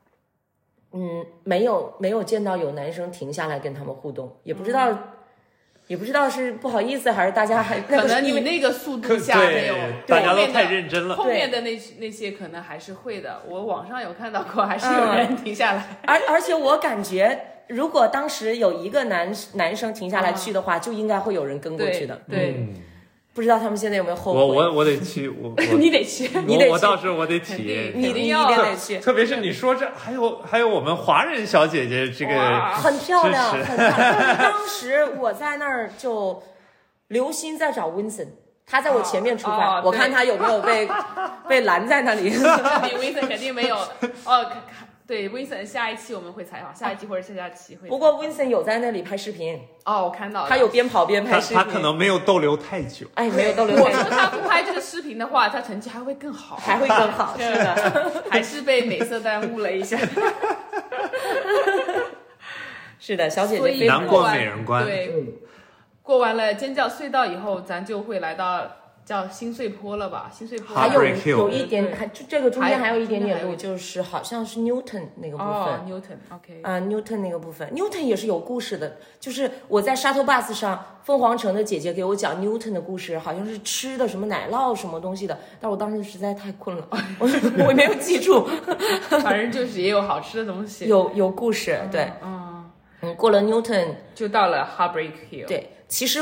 S3: 没有见到有男生停下来跟他们互动，也不知道是不好意思还是大家还
S1: 可能你那个速度下没有，
S2: 大家都太认真了。
S1: 后面的那些可能还是会的，我网上有看到过，还是有人停下来。
S3: 而且我感觉，如果当时有一个男生停下来去的话，就应该会有人跟过去的。
S1: 对。
S3: 不知道他们现在有没有后悔？
S2: 我得去，
S1: 你得去，
S2: 我到时候我得体验，
S3: 你一定得去。
S2: 特别是你说这还有我们华人小姐姐这个
S3: 很漂亮，很漂亮。当时我在那儿就留心在找 Vincent， 他在我前面出发，我看他有没有被拦在那里。
S1: Vincent 肯定没有对 Vincent 下一期我们会采访，下一期或者下期会。
S3: 不过 Vincent 有在那里拍视频。
S1: 我看到了，
S3: 他有边跑边拍视频。
S2: 他可能没有逗留太久。
S3: 没有逗留太久。
S1: 我说他不拍这个视频的话，他成绩还会更好。
S3: 还会更好，是的。
S1: 还是被美色耽误了一下。
S3: 是的，小姐姐
S2: 难过美人关。
S1: 对，过完了尖叫隧道以后，咱就会来到叫新穗坡了吧？新穗坡
S3: 还有一点，这个中间还有一点点路，就是好像是 Newton 那个部分。
S1: Newton OK。
S3: Newton 那个部分 ，Newton 也是有故事的。就是我在 shuttle bus 上，凤凰城的姐姐给我讲 Newton 的故事，好像是吃的什么奶酪什么东西的，但我当时实在太困了，我没有记住。
S1: 反正就是也有好吃的东西，
S3: 有故事，对。过了 Newton
S1: 就到了 Heartbreak Hill。
S3: 对，其实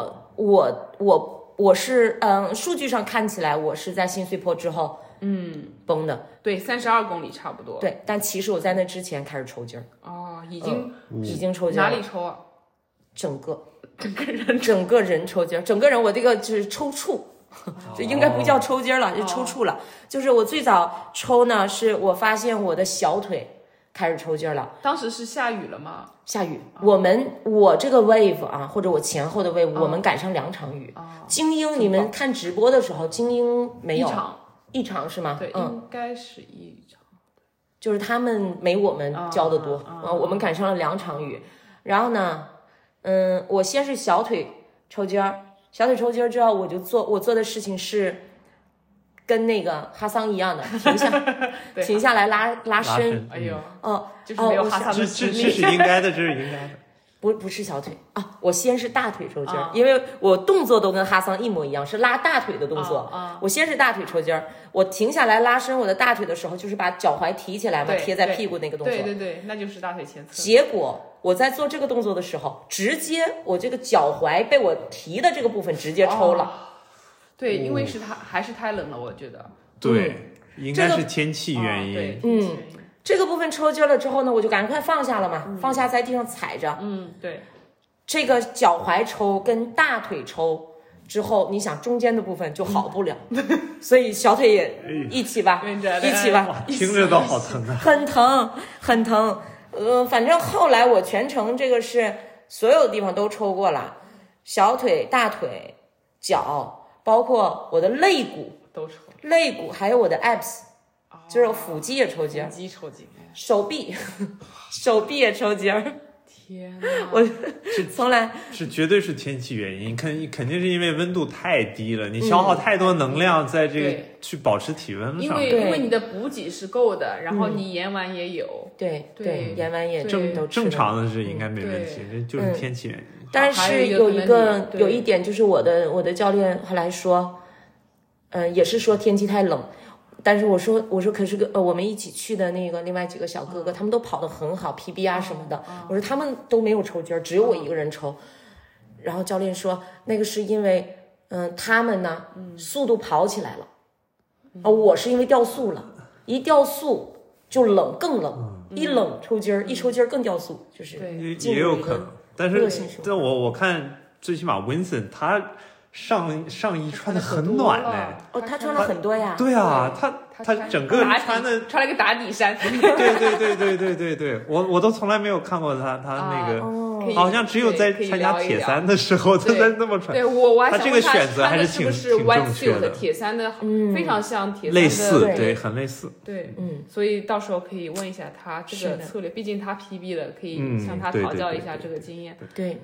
S3: 我是数据上看起来我是在新穗坡之后崩的，
S1: 对，32公里差不多。
S3: 对，但其实我在那之前开始抽筋儿。
S1: 已
S3: 经抽筋儿。
S1: 哪里抽啊？
S3: 整个人抽筋儿，整个人我这个就是抽搐，这应该不叫抽筋儿了，就抽搐了。就是我最早抽呢，是我发现我的小腿开始抽筋儿了。
S1: 当时是下雨了吗？
S3: 下雨，我这个 wave 或者我前后的 wave，我们赶上2场雨。精英，你们看直播的时候，精英没有一场是吗？
S1: 对，应该是一场。
S3: 就是他们没我们教的多我们赶上了2场雨。然后呢，我先是小腿抽筋儿，小腿抽筋儿之后，我做的事情是跟那个哈桑一样的，停下来拉伸。
S1: 哎呦，就是没有哈桑的实力。
S2: 这是应该的，这是应该的。
S3: 不是小腿我先是大腿抽筋儿，因为我动作都跟哈桑一模一样，是拉大腿的动作。我先是大腿抽筋儿，我停下来拉伸我的大腿的时候，就是把脚踝提起来嘛，贴在屁股那个动作。
S1: 对，那就是大腿前侧。
S3: 结果我在做这个动作的时候，直接我这个脚踝被我提的这个部分直接抽了。
S1: 对，因为还是太冷了，我觉得。
S2: 对，应该是天气原因。
S3: 这个部分抽筋了之后呢，我就赶快放下了嘛，放下在地上踩着。
S1: 对。
S3: 这个脚踝抽跟大腿抽之后，你想中间的部分就好不了，所以小腿也一起吧，一起吧，
S2: 听着都好疼啊，
S3: 很疼很疼。反正后来我全程这个是所有地方都抽过了，小腿、大腿、脚，包括我的肋骨
S1: 都抽，
S3: 肋骨还有我的 abs。就是腹肌也抽筋，手臂也抽筋儿。
S1: 天哪！
S3: 我从来
S2: 是绝对是天气原因，肯定是因为温度太低了，你消耗太多能量在这个去保持体温上。
S1: 因为你的补给是够的，然后你盐丸也有。
S3: 对，盐丸也
S2: 正常的是应该没问题，就是天气原因。
S3: 但是有一点就是我的教练后来说，也是说天气太冷。但是我说可是我们一起去的那个另外几个小哥哥，他们都跑得很好 PB 什么的，我说他们都没有抽筋儿，只有我一个人抽。然后教练说那个是因为他们呢速度跑起来了，我是因为掉速了，一掉速就冷更冷，一冷抽筋儿，一抽筋儿更掉速，就是
S2: 也有可能。但是我看最起码 Vincent 他上衣穿的很暖
S3: 他穿了很多呀。
S2: 对啊，他整个穿
S1: 了个打底衫。
S2: 对，我都从来没有看过他那个，好像只有在参加铁三的时候他在那么穿。
S1: 对，我还
S2: 他这个选择还是挺正确的。
S1: 铁三的非常像铁三
S2: 的，类似，对，很类似。
S1: 对，所以到时候可以问一下他这个策略，毕竟他 PB 了，可以向他讨教一下这个经验。
S3: 对。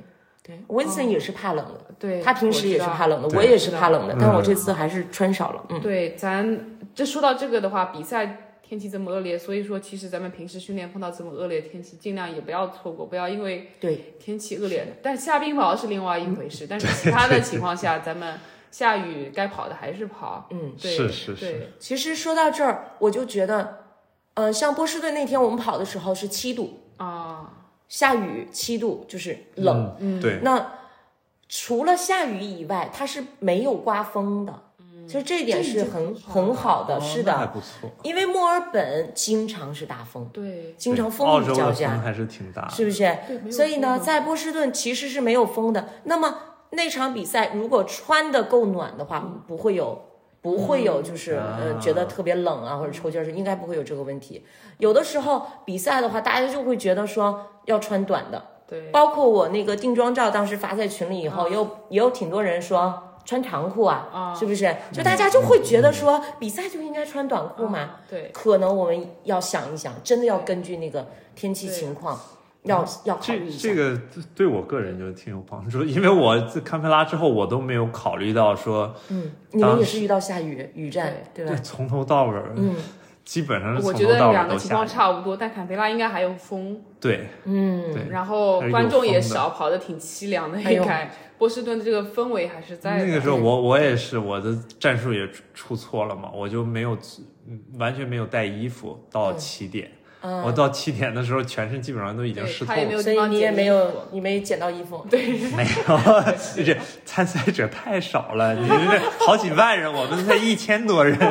S3: 对，Winston 也是怕冷的，
S1: 对，
S3: 他平时也是怕冷的，
S2: 我
S3: 也是怕冷的，但我这次还是穿少了。
S1: 对，这说到这个的话，比赛天气这么恶劣，所以说其实咱们平时训练碰到这么恶劣的天气，尽量也不要错过，不要因为天气恶劣。但下冰雹是另外一回事，但是其他的情况下，咱们下雨该跑的还是跑。对，
S2: 是。
S3: 其实说到这儿，我就觉得，像波士顿那天我们跑的时候是7度
S1: 啊，
S3: 下雨7度，就是冷。
S2: 对。
S3: 那除了下雨以外，它是没有刮风的。其实这一点是很好的，是的，
S2: 还不错。
S3: 因为墨尔本经常是大风，
S1: 对，
S3: 经常风雨交加，
S2: 还是挺大，
S3: 是不是？所以呢，在波士顿其实是没有风的。那么那场比赛如果穿的够暖的话，不会有就是觉得特别冷啊或者抽筋儿，应该不会有这个问题。有的时候比赛的话，大家就会觉得说要穿短的，
S1: 对，
S3: 包括我那个定妆照当时发在群里以后，也有挺多人说。穿长裤是不是？就大家就会觉得说，比赛就应该穿短裤嘛。
S1: 对，
S3: 可能我们要想一想，真的要根据那个天气情况，要考虑一下。
S2: 这个对我个人就挺有帮助，因为我在堪培拉之后，我都没有考虑到说，
S3: 你们也是遇到下雨战，对吧？
S2: 对，从头到尾，基本上是从
S1: 我觉得
S2: 头到尾
S1: 两个情况差不多，但坎培拉应该还有风。
S2: 对，对。
S1: 然后观众也少，跑得挺凄凉的，应该。波士顿的这个氛围还是在的。
S2: 那个时候我也是，我的战术也出错了嘛，我就完全没有带衣服到起点。我到起点的时候，全身基本上都已经湿透了，
S3: 所以你没捡到衣服。
S1: 对，
S2: 没有，就是参赛者太少了，你这好几万人，我们才1000多人。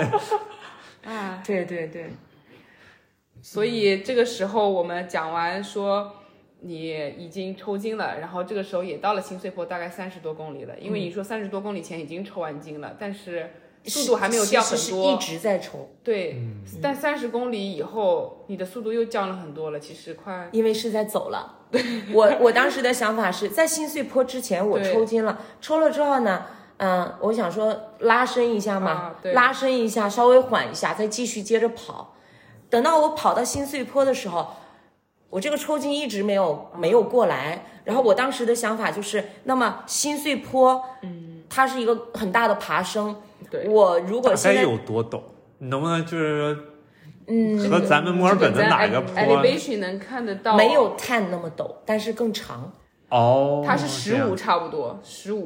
S3: 对。
S1: 所以这个时候我们讲完说。你已经抽筋了，然后这个时候也到了新穗坡，大概30多公里了。因为你说30多公里前已经抽完筋了，但是速度还没有降很多，
S3: 是一直在抽。
S1: 对，但30公里以后，你的速度又降了很多了，其实快。
S3: 因为是在走了。我当时的想法是在新穗坡之前我抽筋了，抽了之后呢，我想说拉伸一下嘛，拉伸一下，稍微缓一下，再继续接着跑。等到我跑到新穗坡的时候。我这个抽筋一直没有过来，然后我当时的想法就是，那么新穗坡，它是一个很大的爬升，
S1: 对，
S3: 我如果现在
S2: 大概有多陡？你能不能就是和咱们墨尔本的哪个坡
S1: elevation 能看得到？
S3: 没有碳那么陡，但是更长。
S1: 它是15差不多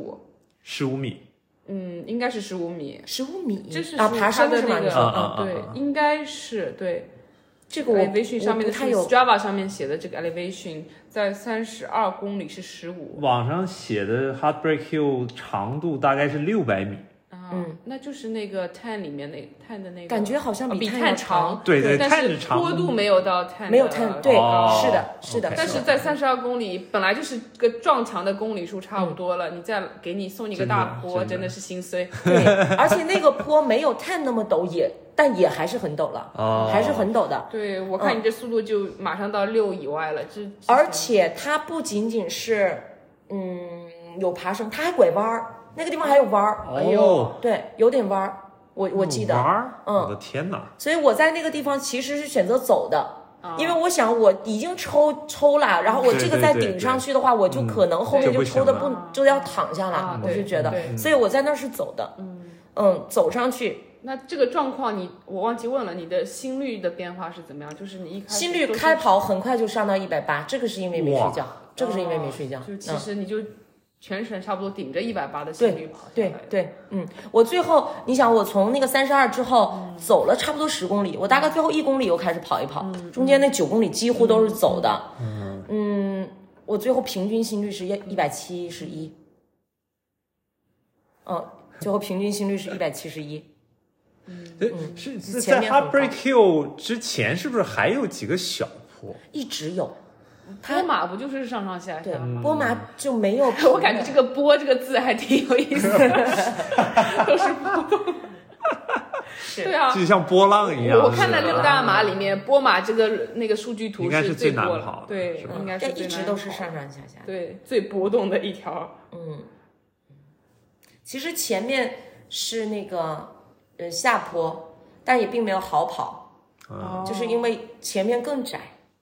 S1: ，15
S2: 米。
S1: 应该是15米。
S3: 15米，
S1: 这是
S3: 爬升是吗？
S1: 对，应该是对。
S3: 这个
S1: elevation 上面的
S3: 它有
S1: Strava 上面写的这个 elevation 在32公里是15，
S2: 网上写的 Heartbreak Hill 长度大概是600米。
S1: 那就是那个碳里面碳的那个，
S3: 感觉好像
S1: 比
S3: 碳
S1: 长，
S2: 对，
S1: 但是坡度没有到碳，
S3: 没有碳，对，是的。
S1: 但是在32公里本来就是个撞墙的公里数差不多了，你再给你送你个大坡，真的是心碎。
S3: 对，而且那个坡没有碳那么陡，但也还是很陡了，还是很陡的。
S1: 对，我看你这速度就马上到6以外了，
S3: 而且它不仅仅是有爬升，它还拐弯儿。那个地方还有弯儿，对，有点弯儿，我记得，
S2: 我的天哪！
S3: 所以我在那个地方其实是选择走的，因为我想我已经抽了，然后我这个再顶上去的话，我就可能后面就抽的就要躺下了，我就觉得，所以我在那是走的，走上去。
S1: 那这个状况我忘记问了，你的心率的变化是怎么样？就是你一开始
S3: 心率开跑很快就上到180，这个是因为没睡觉，
S1: 就其实你就。全程差不多顶着180的心率跑。
S3: 对，我最后你想，我从那个32之后走了差不多10公里，我大概最后1公里又开始跑一跑，中间那9公里几乎都是走的。我最后平均心率是171。最后平均心率是171。
S2: 是在 Heartbreak Hill 之前是不是还有几个小坡？
S3: 一直有。
S1: 波马不就是上上下下？
S3: 对，波马就没有。
S1: 我感觉这个“波”这个字还挺有意思的，都是波。对啊，
S2: 就像波浪一样。
S1: 我看那6大马里面，波马那个数据图
S2: 应该是最难
S1: 跑的，对，应该是
S3: 一直都是上上下下，
S1: 对，最波动的一条。
S3: 其实前面是那个下坡，但也并没有好跑，就是因为前面更窄。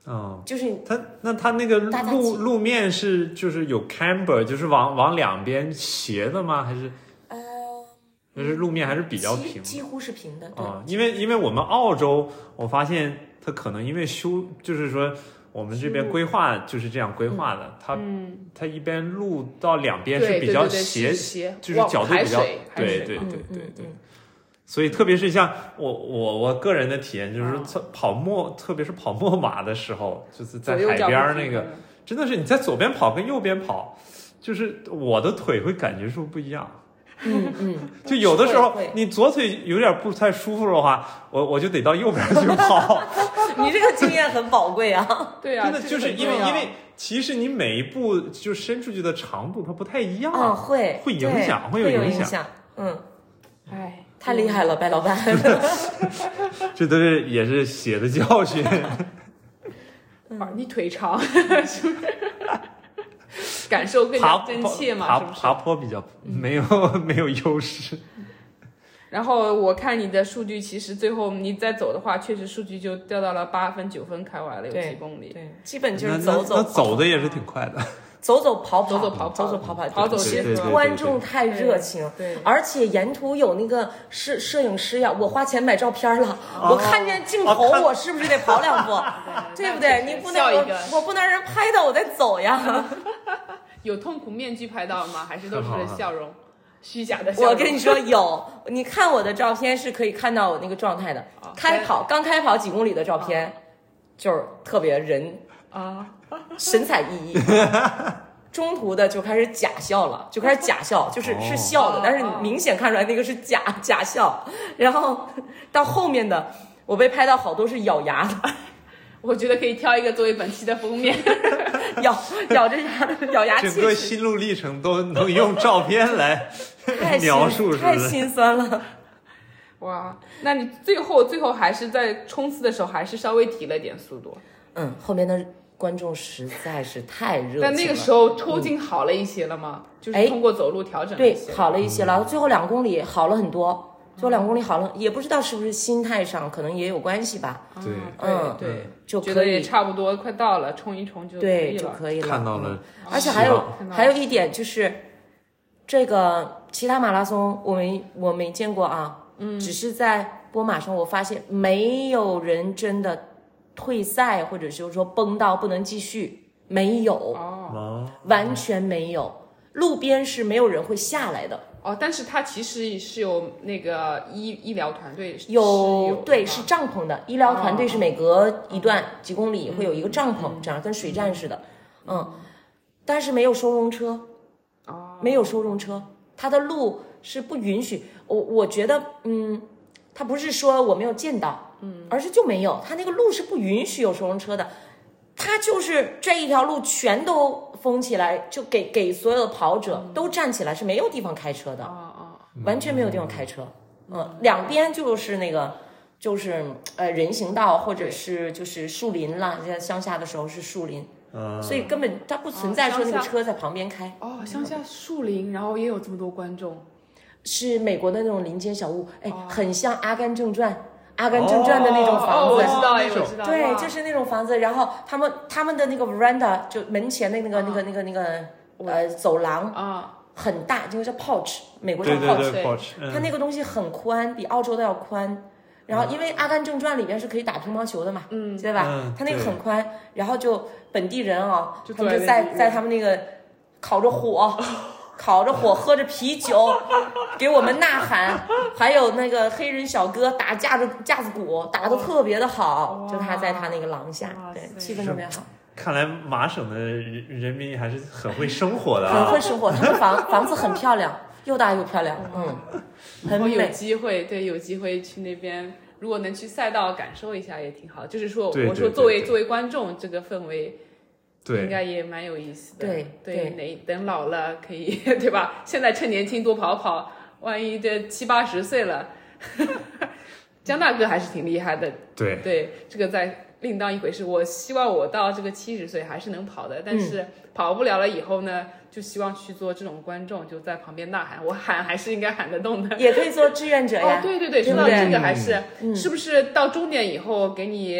S3: 就是
S2: 它那个
S3: 大家挤
S2: 路面是就是有 camber， 就是往两边斜的吗？还是就是路面还是比较平，
S3: 几乎是平的。对，
S2: 因为我们澳洲，我发现它可能因为就是说我们这边规划就是这样规划的，它一边路到两边是比较斜，就是角度比较对。所以特别是像我个人的体验就是特别是跑墨马的时候，就是在海边那个，真的是你在左边跑跟右边跑，就是我的腿会感觉是不一样。就有的时候你左腿有点不太舒服的话，我就得到右边去跑。
S3: 你这个经验很宝贵啊。
S1: 对啊，
S2: 真的就是因为其实你每一步就伸出去的长度它不太一样，
S3: 会
S2: 影响，会有影响。
S3: 哎，太厉害了，白老板。
S2: 这都是也是血的教训。
S1: 你腿长是不是？感受更加真切嘛，是不是？
S2: 爬坡比较没有优势。
S1: 然后我看你的数据，其实最后你再走的话，确实数据就掉到了8分9分，开完了有几公里。
S3: 对，基本就是
S2: 走的也是挺快的。
S3: 走跑，其实观众太热情，
S1: 对，
S3: 而且沿途有那个摄影师呀，我花钱买照片了，我看见镜头，我是不是得跑2步？对不对？你不能我不能让人拍到我再走呀。
S1: 有痛苦面具拍到吗？还是都是笑容？虚假的笑容？
S3: 我跟你说有，你看我的照片是可以看到我那个状态的。刚开跑几公里的照片，就是特别人神采奕奕。中途的就开始假笑了，就是笑的，但是明显看出来那个是假笑。然后到后面的，我被拍到好多是咬牙的。
S1: 我觉得可以挑一个作为本期的封面。
S3: 咬着咬牙切齿，
S2: 整个心路历程都能用照片来描述，
S3: 太心酸了。
S1: 哇，那你最后还是在冲刺的时候还是稍微提了点速度。
S3: 后面的观众实在是太热情了。
S1: 但那个时候抽筋好了一些了吗？就是通过走路调整了一些。
S3: 对，好了一些了。最后2公里好了很多。最后2公里好了，也不知道是不是心态上可能也有关系吧。
S1: 对，
S3: 就
S1: 觉得也差不多快到了，冲一冲就可以了。
S3: 对，就可以了。
S2: 看到了，
S3: 而且还有一点就是，这个其他马拉松我没见过啊。只是在波马上，我发现没有人真的退赛，或者就是说崩到不能继续，没有，完全没有。路边是没有人会下来的。
S1: 但是它其实是有那个医疗团队
S3: 对，是帐篷的。医疗团队是每隔一段几公里会有一个帐篷，这样跟水站似的。但是没有收容车，没有收容车，它的路是不允许。我觉得，它不是说我没有见到，而是就没有，它那个路是不允许有收容车的。它就是这一条路全都封起来，就给所有的跑者都站起来，是没有地方开车的，完全没有地方开车。两边就是那个就是人行道，或者是就是树林啦，在乡下的时候是树林，所以根本它不存在说那个车在旁边开。
S1: 乡下树林，然后也有这么多观众，是
S3: 美国的那种林间小屋，很像《阿甘正传》。阿甘正传的那种房子，
S1: 我知道，
S3: 对，就是那种房子。然后他们的那个 veranda 就门前的那个走廊很大，就叫 porch， 美国叫
S2: porch，
S3: 它那个东西很宽，比澳洲的要宽。然后因为阿甘正传里边是可以打乒乓球的嘛，对吧？它那个很宽，然后就本地人他们就在他们那个烤着火喝着啤酒给我们呐喊，还有那个黑人小哥打架子鼓打得特别的好，就他在他那个廊下，对，气氛特别好。
S2: 看来马省的人民还是很会生活的
S3: 很会生活。他们房子很漂亮，又大又漂亮，很美。
S1: 有机会去那边，如果能去赛道感受一下也挺好。就是说，我说作为观众，这个氛围应该也蛮有意思的。对，等老了可以对吧？现在趁年轻多跑跑，万一这70-80岁了，江大哥还是挺厉害的。对，这个再另当一回事。我希望我到这个70岁还是能跑的，但是跑不了了以后呢，就希望去做这种观众，就在旁边呐喊。我喊还是应该喊得动的，
S3: 也可以做志愿者呀。
S1: 对，说到这个还是，是不是到终点以后给你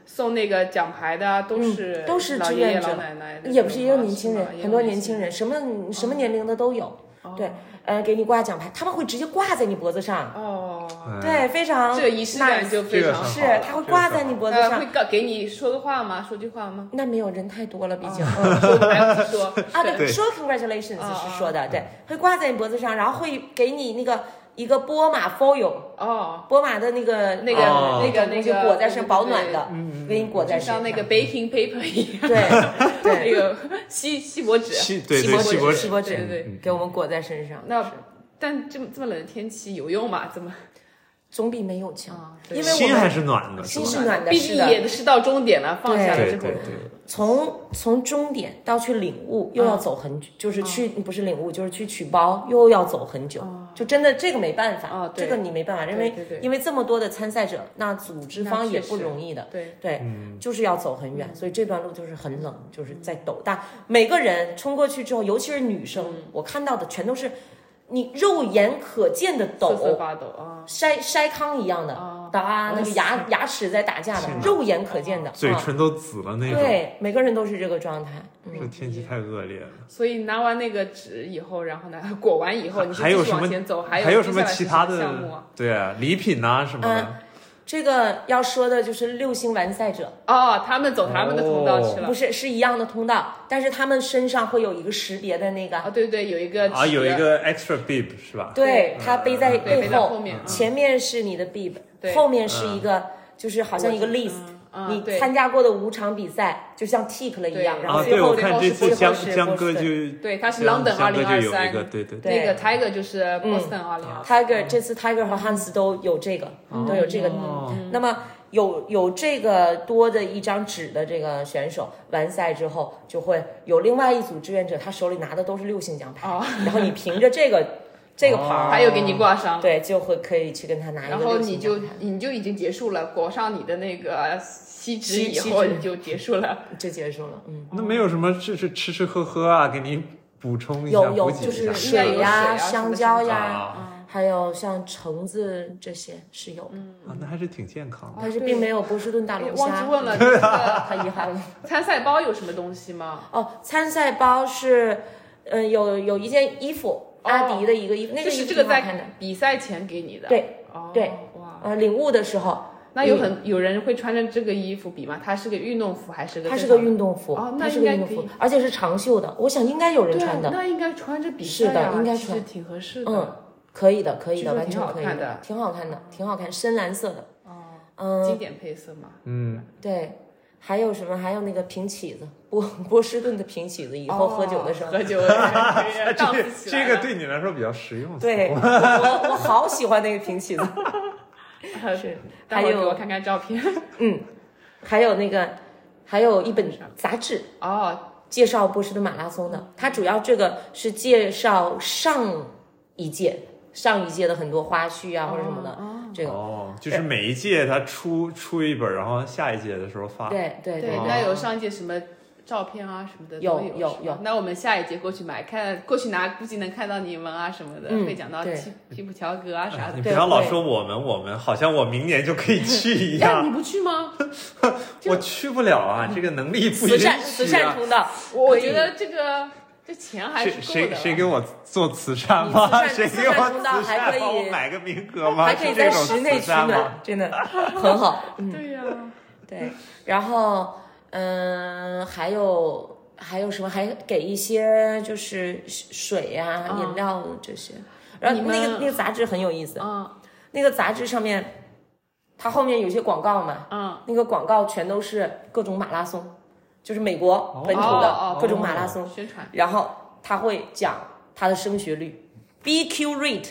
S1: 送那个奖牌的都是
S3: 志愿者，
S1: 老奶奶，
S3: 也不是也有年轻人，很多年轻人，什么年龄的都有。对，给你挂奖牌，他们会直接挂在你脖子上。对，非常
S1: 这个仪式感就非常
S3: 是，他会挂在你脖子上。
S1: 会给你说个话吗？说句话吗？
S3: 那没有，人太多了，毕竟。
S1: 说
S3: 啊，对，说 congratulations 是说的，对，会挂在你脖子上，然后会给你那个一个波马 foil， 波马的那个东西裹在身上保暖的，给你裹在身上，
S1: 像那个 baking paper 一样，
S3: 对，
S1: 那个锡箔纸，
S2: 锡
S3: 箔纸，
S1: 对，
S3: 给我们裹在身上。
S1: 但这么冷的天气有用吗？怎么？
S3: 总比没有强，因为
S2: 心还是暖的，
S3: 心是暖的，
S1: 毕竟也是到终点了，放下了之后，
S3: 从终点到去领悟又要走很久，就是不是领悟，就是去取包又要走很久，就真的这个没办法，这个你没办法，因为这么多的参赛者，那组织方也不容易的，对，就是要走很远，所以这段路就是很冷，就是在抖，但每个人冲过去之后，尤其是女生，我看到的全都是。你肉眼可见的抖，
S1: 瑟瑟发抖啊，
S3: 筛糠一样的，那个牙齿在打架的，肉眼可见的，
S2: 嘴唇都紫了那种。
S3: 对，每个人都是这个状态。
S2: 这天气太恶劣了。
S1: 所以拿完那个纸以后，然后呢，裹完以后，你就继续往前走，还
S2: 有什么其他的
S1: 项目啊？
S2: 对啊，礼品啊什么的。
S3: 这个要说的就是6星完赛者
S1: 他们走他们的通道去了，
S3: 不是一样的通道，但是他们身上会有一个识别的那个
S1: 对，有一个
S2: 有一个 extra bib 是吧？
S3: 对，它背在背后，
S1: 面
S3: 前面是你的 bib， 后面是一个就是好像一个 list。你参加过的5场比赛，就像 tick 了一样，然后最后
S2: 我看这次江哥就
S1: 对，他是 London 2023，
S2: 对，
S1: 那个 Tiger 就是 Boston
S3: 2023，Tiger 这次 Tiger 和 Hans 都有这个，那么有这个多的一张纸的这个选手完赛之后，就会有另外一组志愿者，他手里拿的都是6星奖牌，然后你凭着这个牌，
S1: 还有给你挂上，
S3: 对，就会可以去跟他拿一个6星奖牌。
S1: 然后你就已经结束了，裹上你的那个锡纸以后，你就结束了，
S3: 就结束了。
S2: 那没有什么就是吃喝啊，给你补充一下，
S3: 有就是水呀、香蕉呀。还有像橙子这些是有的，
S2: 那还是挺健康的。
S3: 但是并没有波士顿大龙虾。
S1: 忘记问了，
S3: 太遗憾了。
S1: 参赛包有什么东西吗？
S3: 参赛包是，有一件衣服，阿迪的一个衣服，那个衣服
S1: 这个在比赛前给你的。
S3: 对，哇，领悟的时候。
S1: 那有人会穿着这个衣服比吗？它是个运动服还是个？
S3: 它是个运动服，
S1: 它
S3: 是个运动服，而且是长袖的。我想应该有人穿的。
S1: 那应该穿着比赛
S3: 是的，应该穿，
S1: 挺合适的。
S3: 可以的，完全可以
S1: 的，
S3: 挺好看的，挺好看，深蓝色的。
S1: 经典配色嘛。
S3: 对。还有什么？还有那个平起子，波士顿的平起子，以后喝酒的时候。
S1: 喝酒。
S2: 这个对你来说比较实用。
S3: 对，我好喜欢那个平起子。
S1: 是，还有给我看看照片。
S3: 还有一本杂志介绍波士顿马拉松的。它主要这个是介绍上一届的很多花絮啊或者什么的。这个
S2: 就是每一届它出一本，然后下一届的时候发。
S3: 对。
S1: 那有上一届什么照片啊什么的
S3: 有。
S1: 那我们下一届过去买，过去拿估计能看到你们啊什么的，会讲到皮普乔格啊啥的。
S2: 你不要老说我们，好像我明年就可以去一样。
S1: 你不去吗？
S2: 我去不了啊，这个能力不允许啊。
S3: 慈善通道，
S1: 我觉得这钱还是够的。
S2: 谁给我做慈善吗？谁给我
S3: 通道还可以
S2: 我买个名额吗？
S3: 还可以在室内取暖，真的很好。
S1: 对呀，
S3: 对。然后还有什么？还给一些就是水呀、饮料这些。然后那个杂志很有意思。那个杂志上面，它后面有些广告嘛。那个广告全都是各种马拉松。就是美国本土的各种马拉松
S1: 宣传，
S3: 然后他会讲他的升学率 BQ rate。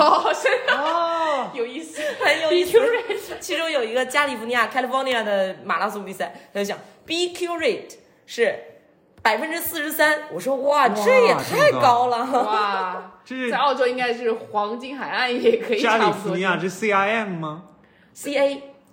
S1: 有意思，
S3: 很有意思。BQ rate 其中有一个加利福尼亚 California 的马拉松比赛，他就讲 BQ rate 是43%。我说哇，这也太高了。
S1: 哇，在澳洲应该是黄金海岸也可以。
S2: 加利福尼亚是 CIM 吗？
S3: CA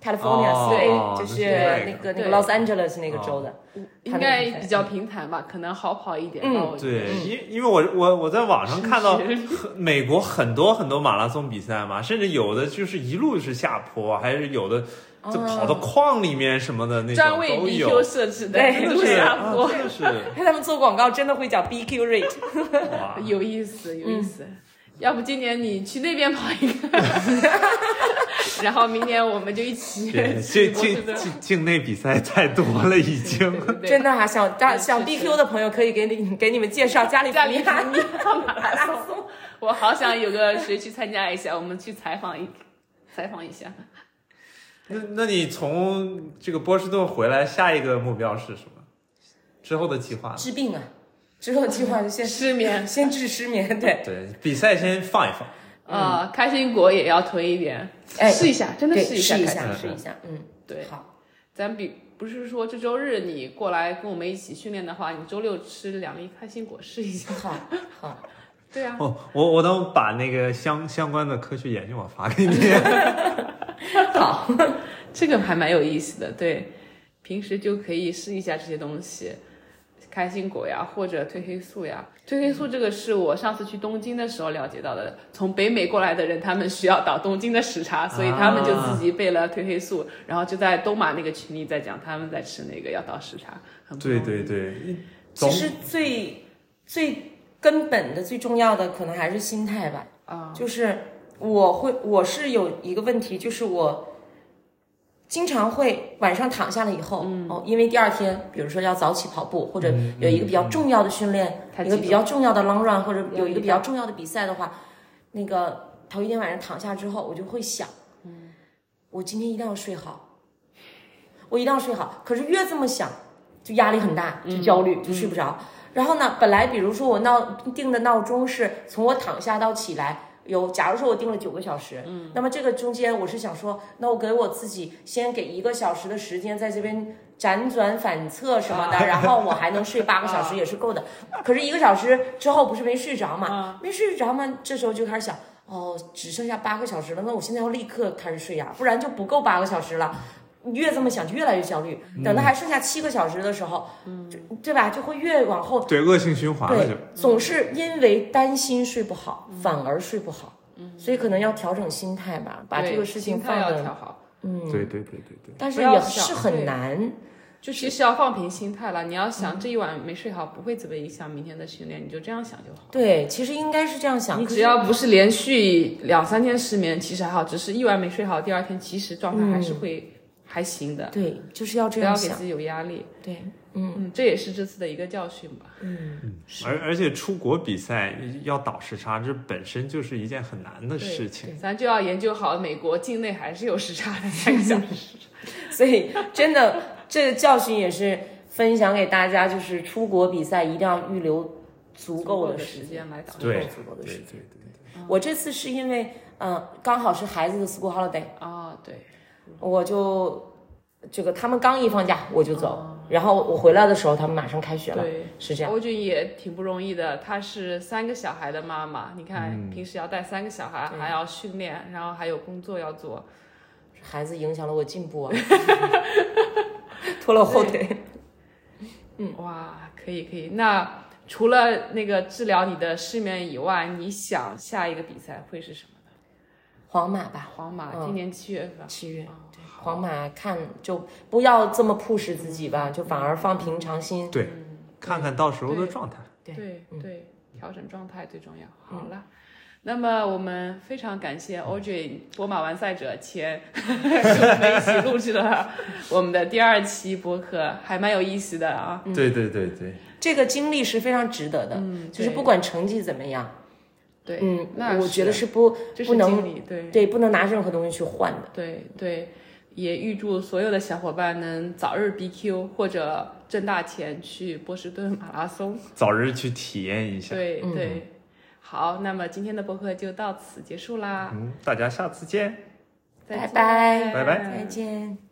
S3: California，
S2: 对
S3: 就是那个
S1: 对
S3: Los Angeles 那个州的，
S1: 应该比较平坦吧，可能好跑一点。
S2: 对，因为我在网上看到美国很多马拉松比赛嘛，甚至有的就是一路是下坡，还是有的就跑到矿里面什么的那种
S1: 专为 BQ 设置的一路下坡，
S2: 真的是。
S3: 他们做广告真的会讲 BQ rate，
S1: 哇，有意思。要不今年你去那边跑一个，然后明年我们就一起。
S2: 境内比赛太多了，已经。
S1: 对
S3: 真的啊，想 BQ 的朋友可以给你们介绍加利福尼亚马拉松。
S1: 我好想有个谁去参加一下，我们去采访一下。
S2: 那你从这个波士顿回来，下一个目标是什么？之后的计划？
S3: 治病啊。之后计划就先
S1: 失眠，
S3: 先治失眠，对，
S2: 比赛先放一放，
S1: 开心果也要推一点，试一下，真的试一下，
S3: 对，
S1: 好，咱不是说这周日你过来跟我们一起训练的话，你周六吃2粒开心果试一下，
S3: 好，
S1: 对啊，
S2: 我能把那个相关的科学研究我发给你，
S3: 好，
S1: 这个还蛮有意思的，对，平时就可以试一下这些东西。开心果呀，或者褪黑素呀。褪黑素这个是我上次去东京的时候了解到的，从北美过来的人，他们需要倒东京的时差，所以他们就自己备了褪黑素，然后就在东马那个群里在讲他们在吃那个要倒时差。
S2: 对，
S3: 其实最根本的、最重要的可能还是心态吧。就是我是有一个问题，就是我经常会晚上躺下了以后，因为第二天，比如说要早起跑步，或者有一个比较重要的训练，一个比较重要的 long run， 或者有一个比较重要的比赛的话，那个头一天晚上躺下之后，我就会想，我今天一定要睡好，我一定要睡好。可是越这么想，就压力很大，就焦虑，就睡不着。然后呢，本来比如说我定的闹钟是从我躺下到起来。假如说我定了9个小时，那么这个中间我是想说，那我给我自己先给1个小时的时间在这边辗转反侧什么的，然后我还能睡8个小时也是够的。可是1个小时之后不是没睡着嘛？没睡着嘛，这时候就开始想，只剩下8个小时了，那我现在要立刻开始睡呀，不然就不够8个小时了。越这么想就越来越焦虑，等到还剩下7个小时的时候，对吧？就会越往后，
S2: 对，恶性循环了就。
S3: 总是因为担心睡不好，反而睡不好，所以可能要调整心态吧，把这个事情放
S1: 要调好。
S2: 对。
S3: 但是也是很难，
S1: 就其实要放平心态了。你要想这一晚没睡好不会怎么影响明天的训练，你就这样想就好。
S3: 对，其实应该是这样想。
S1: 你只要不是连续2-3天失眠，其实还好；只是一晚没睡好，第二天其实状态还是会。还行的，
S3: 对，就是要这样想，
S1: 不要给自己有压力，
S3: 对，
S1: 这也是这次的一个教训吧，
S2: 而且出国比赛要倒时差，这本身就是一件很难的事情，
S1: 咱就要研究好美国境内还是有时差的3个小时，
S3: 所以真的这个教训也是分享给大家，就是出国比赛一定要预留足够的时间
S1: 来倒，
S2: 对，
S3: 我这次是因为刚好是孩子的 school holiday，
S1: 对。
S3: 我就这个他们刚一放假我就走，然后我回来的时候他们马上开学了，
S1: 对，
S3: 是这样。
S1: 欧俊也挺不容易的，她是3个小孩的妈妈，你看平时要带3个小孩，还要训练，然后还有工作要做，
S3: 孩子影响了我进步啊，拖了后腿。
S1: 哇，可以。那除了那个治疗你的失眠以外，你想下一个比赛会是什么？
S3: 皇马吧，
S1: 皇马今年7月份
S3: ，7月，对，皇马看就不要这么 push 自己吧，就反而放平常心，
S2: 对，看看到时候的状态，
S1: 对，调整状态最重要。好了，那么我们非常感谢 Audrey 波马完赛者前跟我们一起录制了我们的第2期播客，还蛮有意思的啊。
S2: 对，
S3: 这个经历是非常值得的，就是不管成绩怎么样。
S1: 对，
S3: 我觉得是不能不能拿任何东西去换的。
S1: 对，也预祝所有的小伙伴能早日 BQ 或者挣大钱去波士顿马拉松，
S2: 早日去体验一下。
S1: 对，好，那么今天的播客就到此结束啦。
S2: 大家下次见，
S3: 拜拜，
S2: 拜拜，
S3: 再见。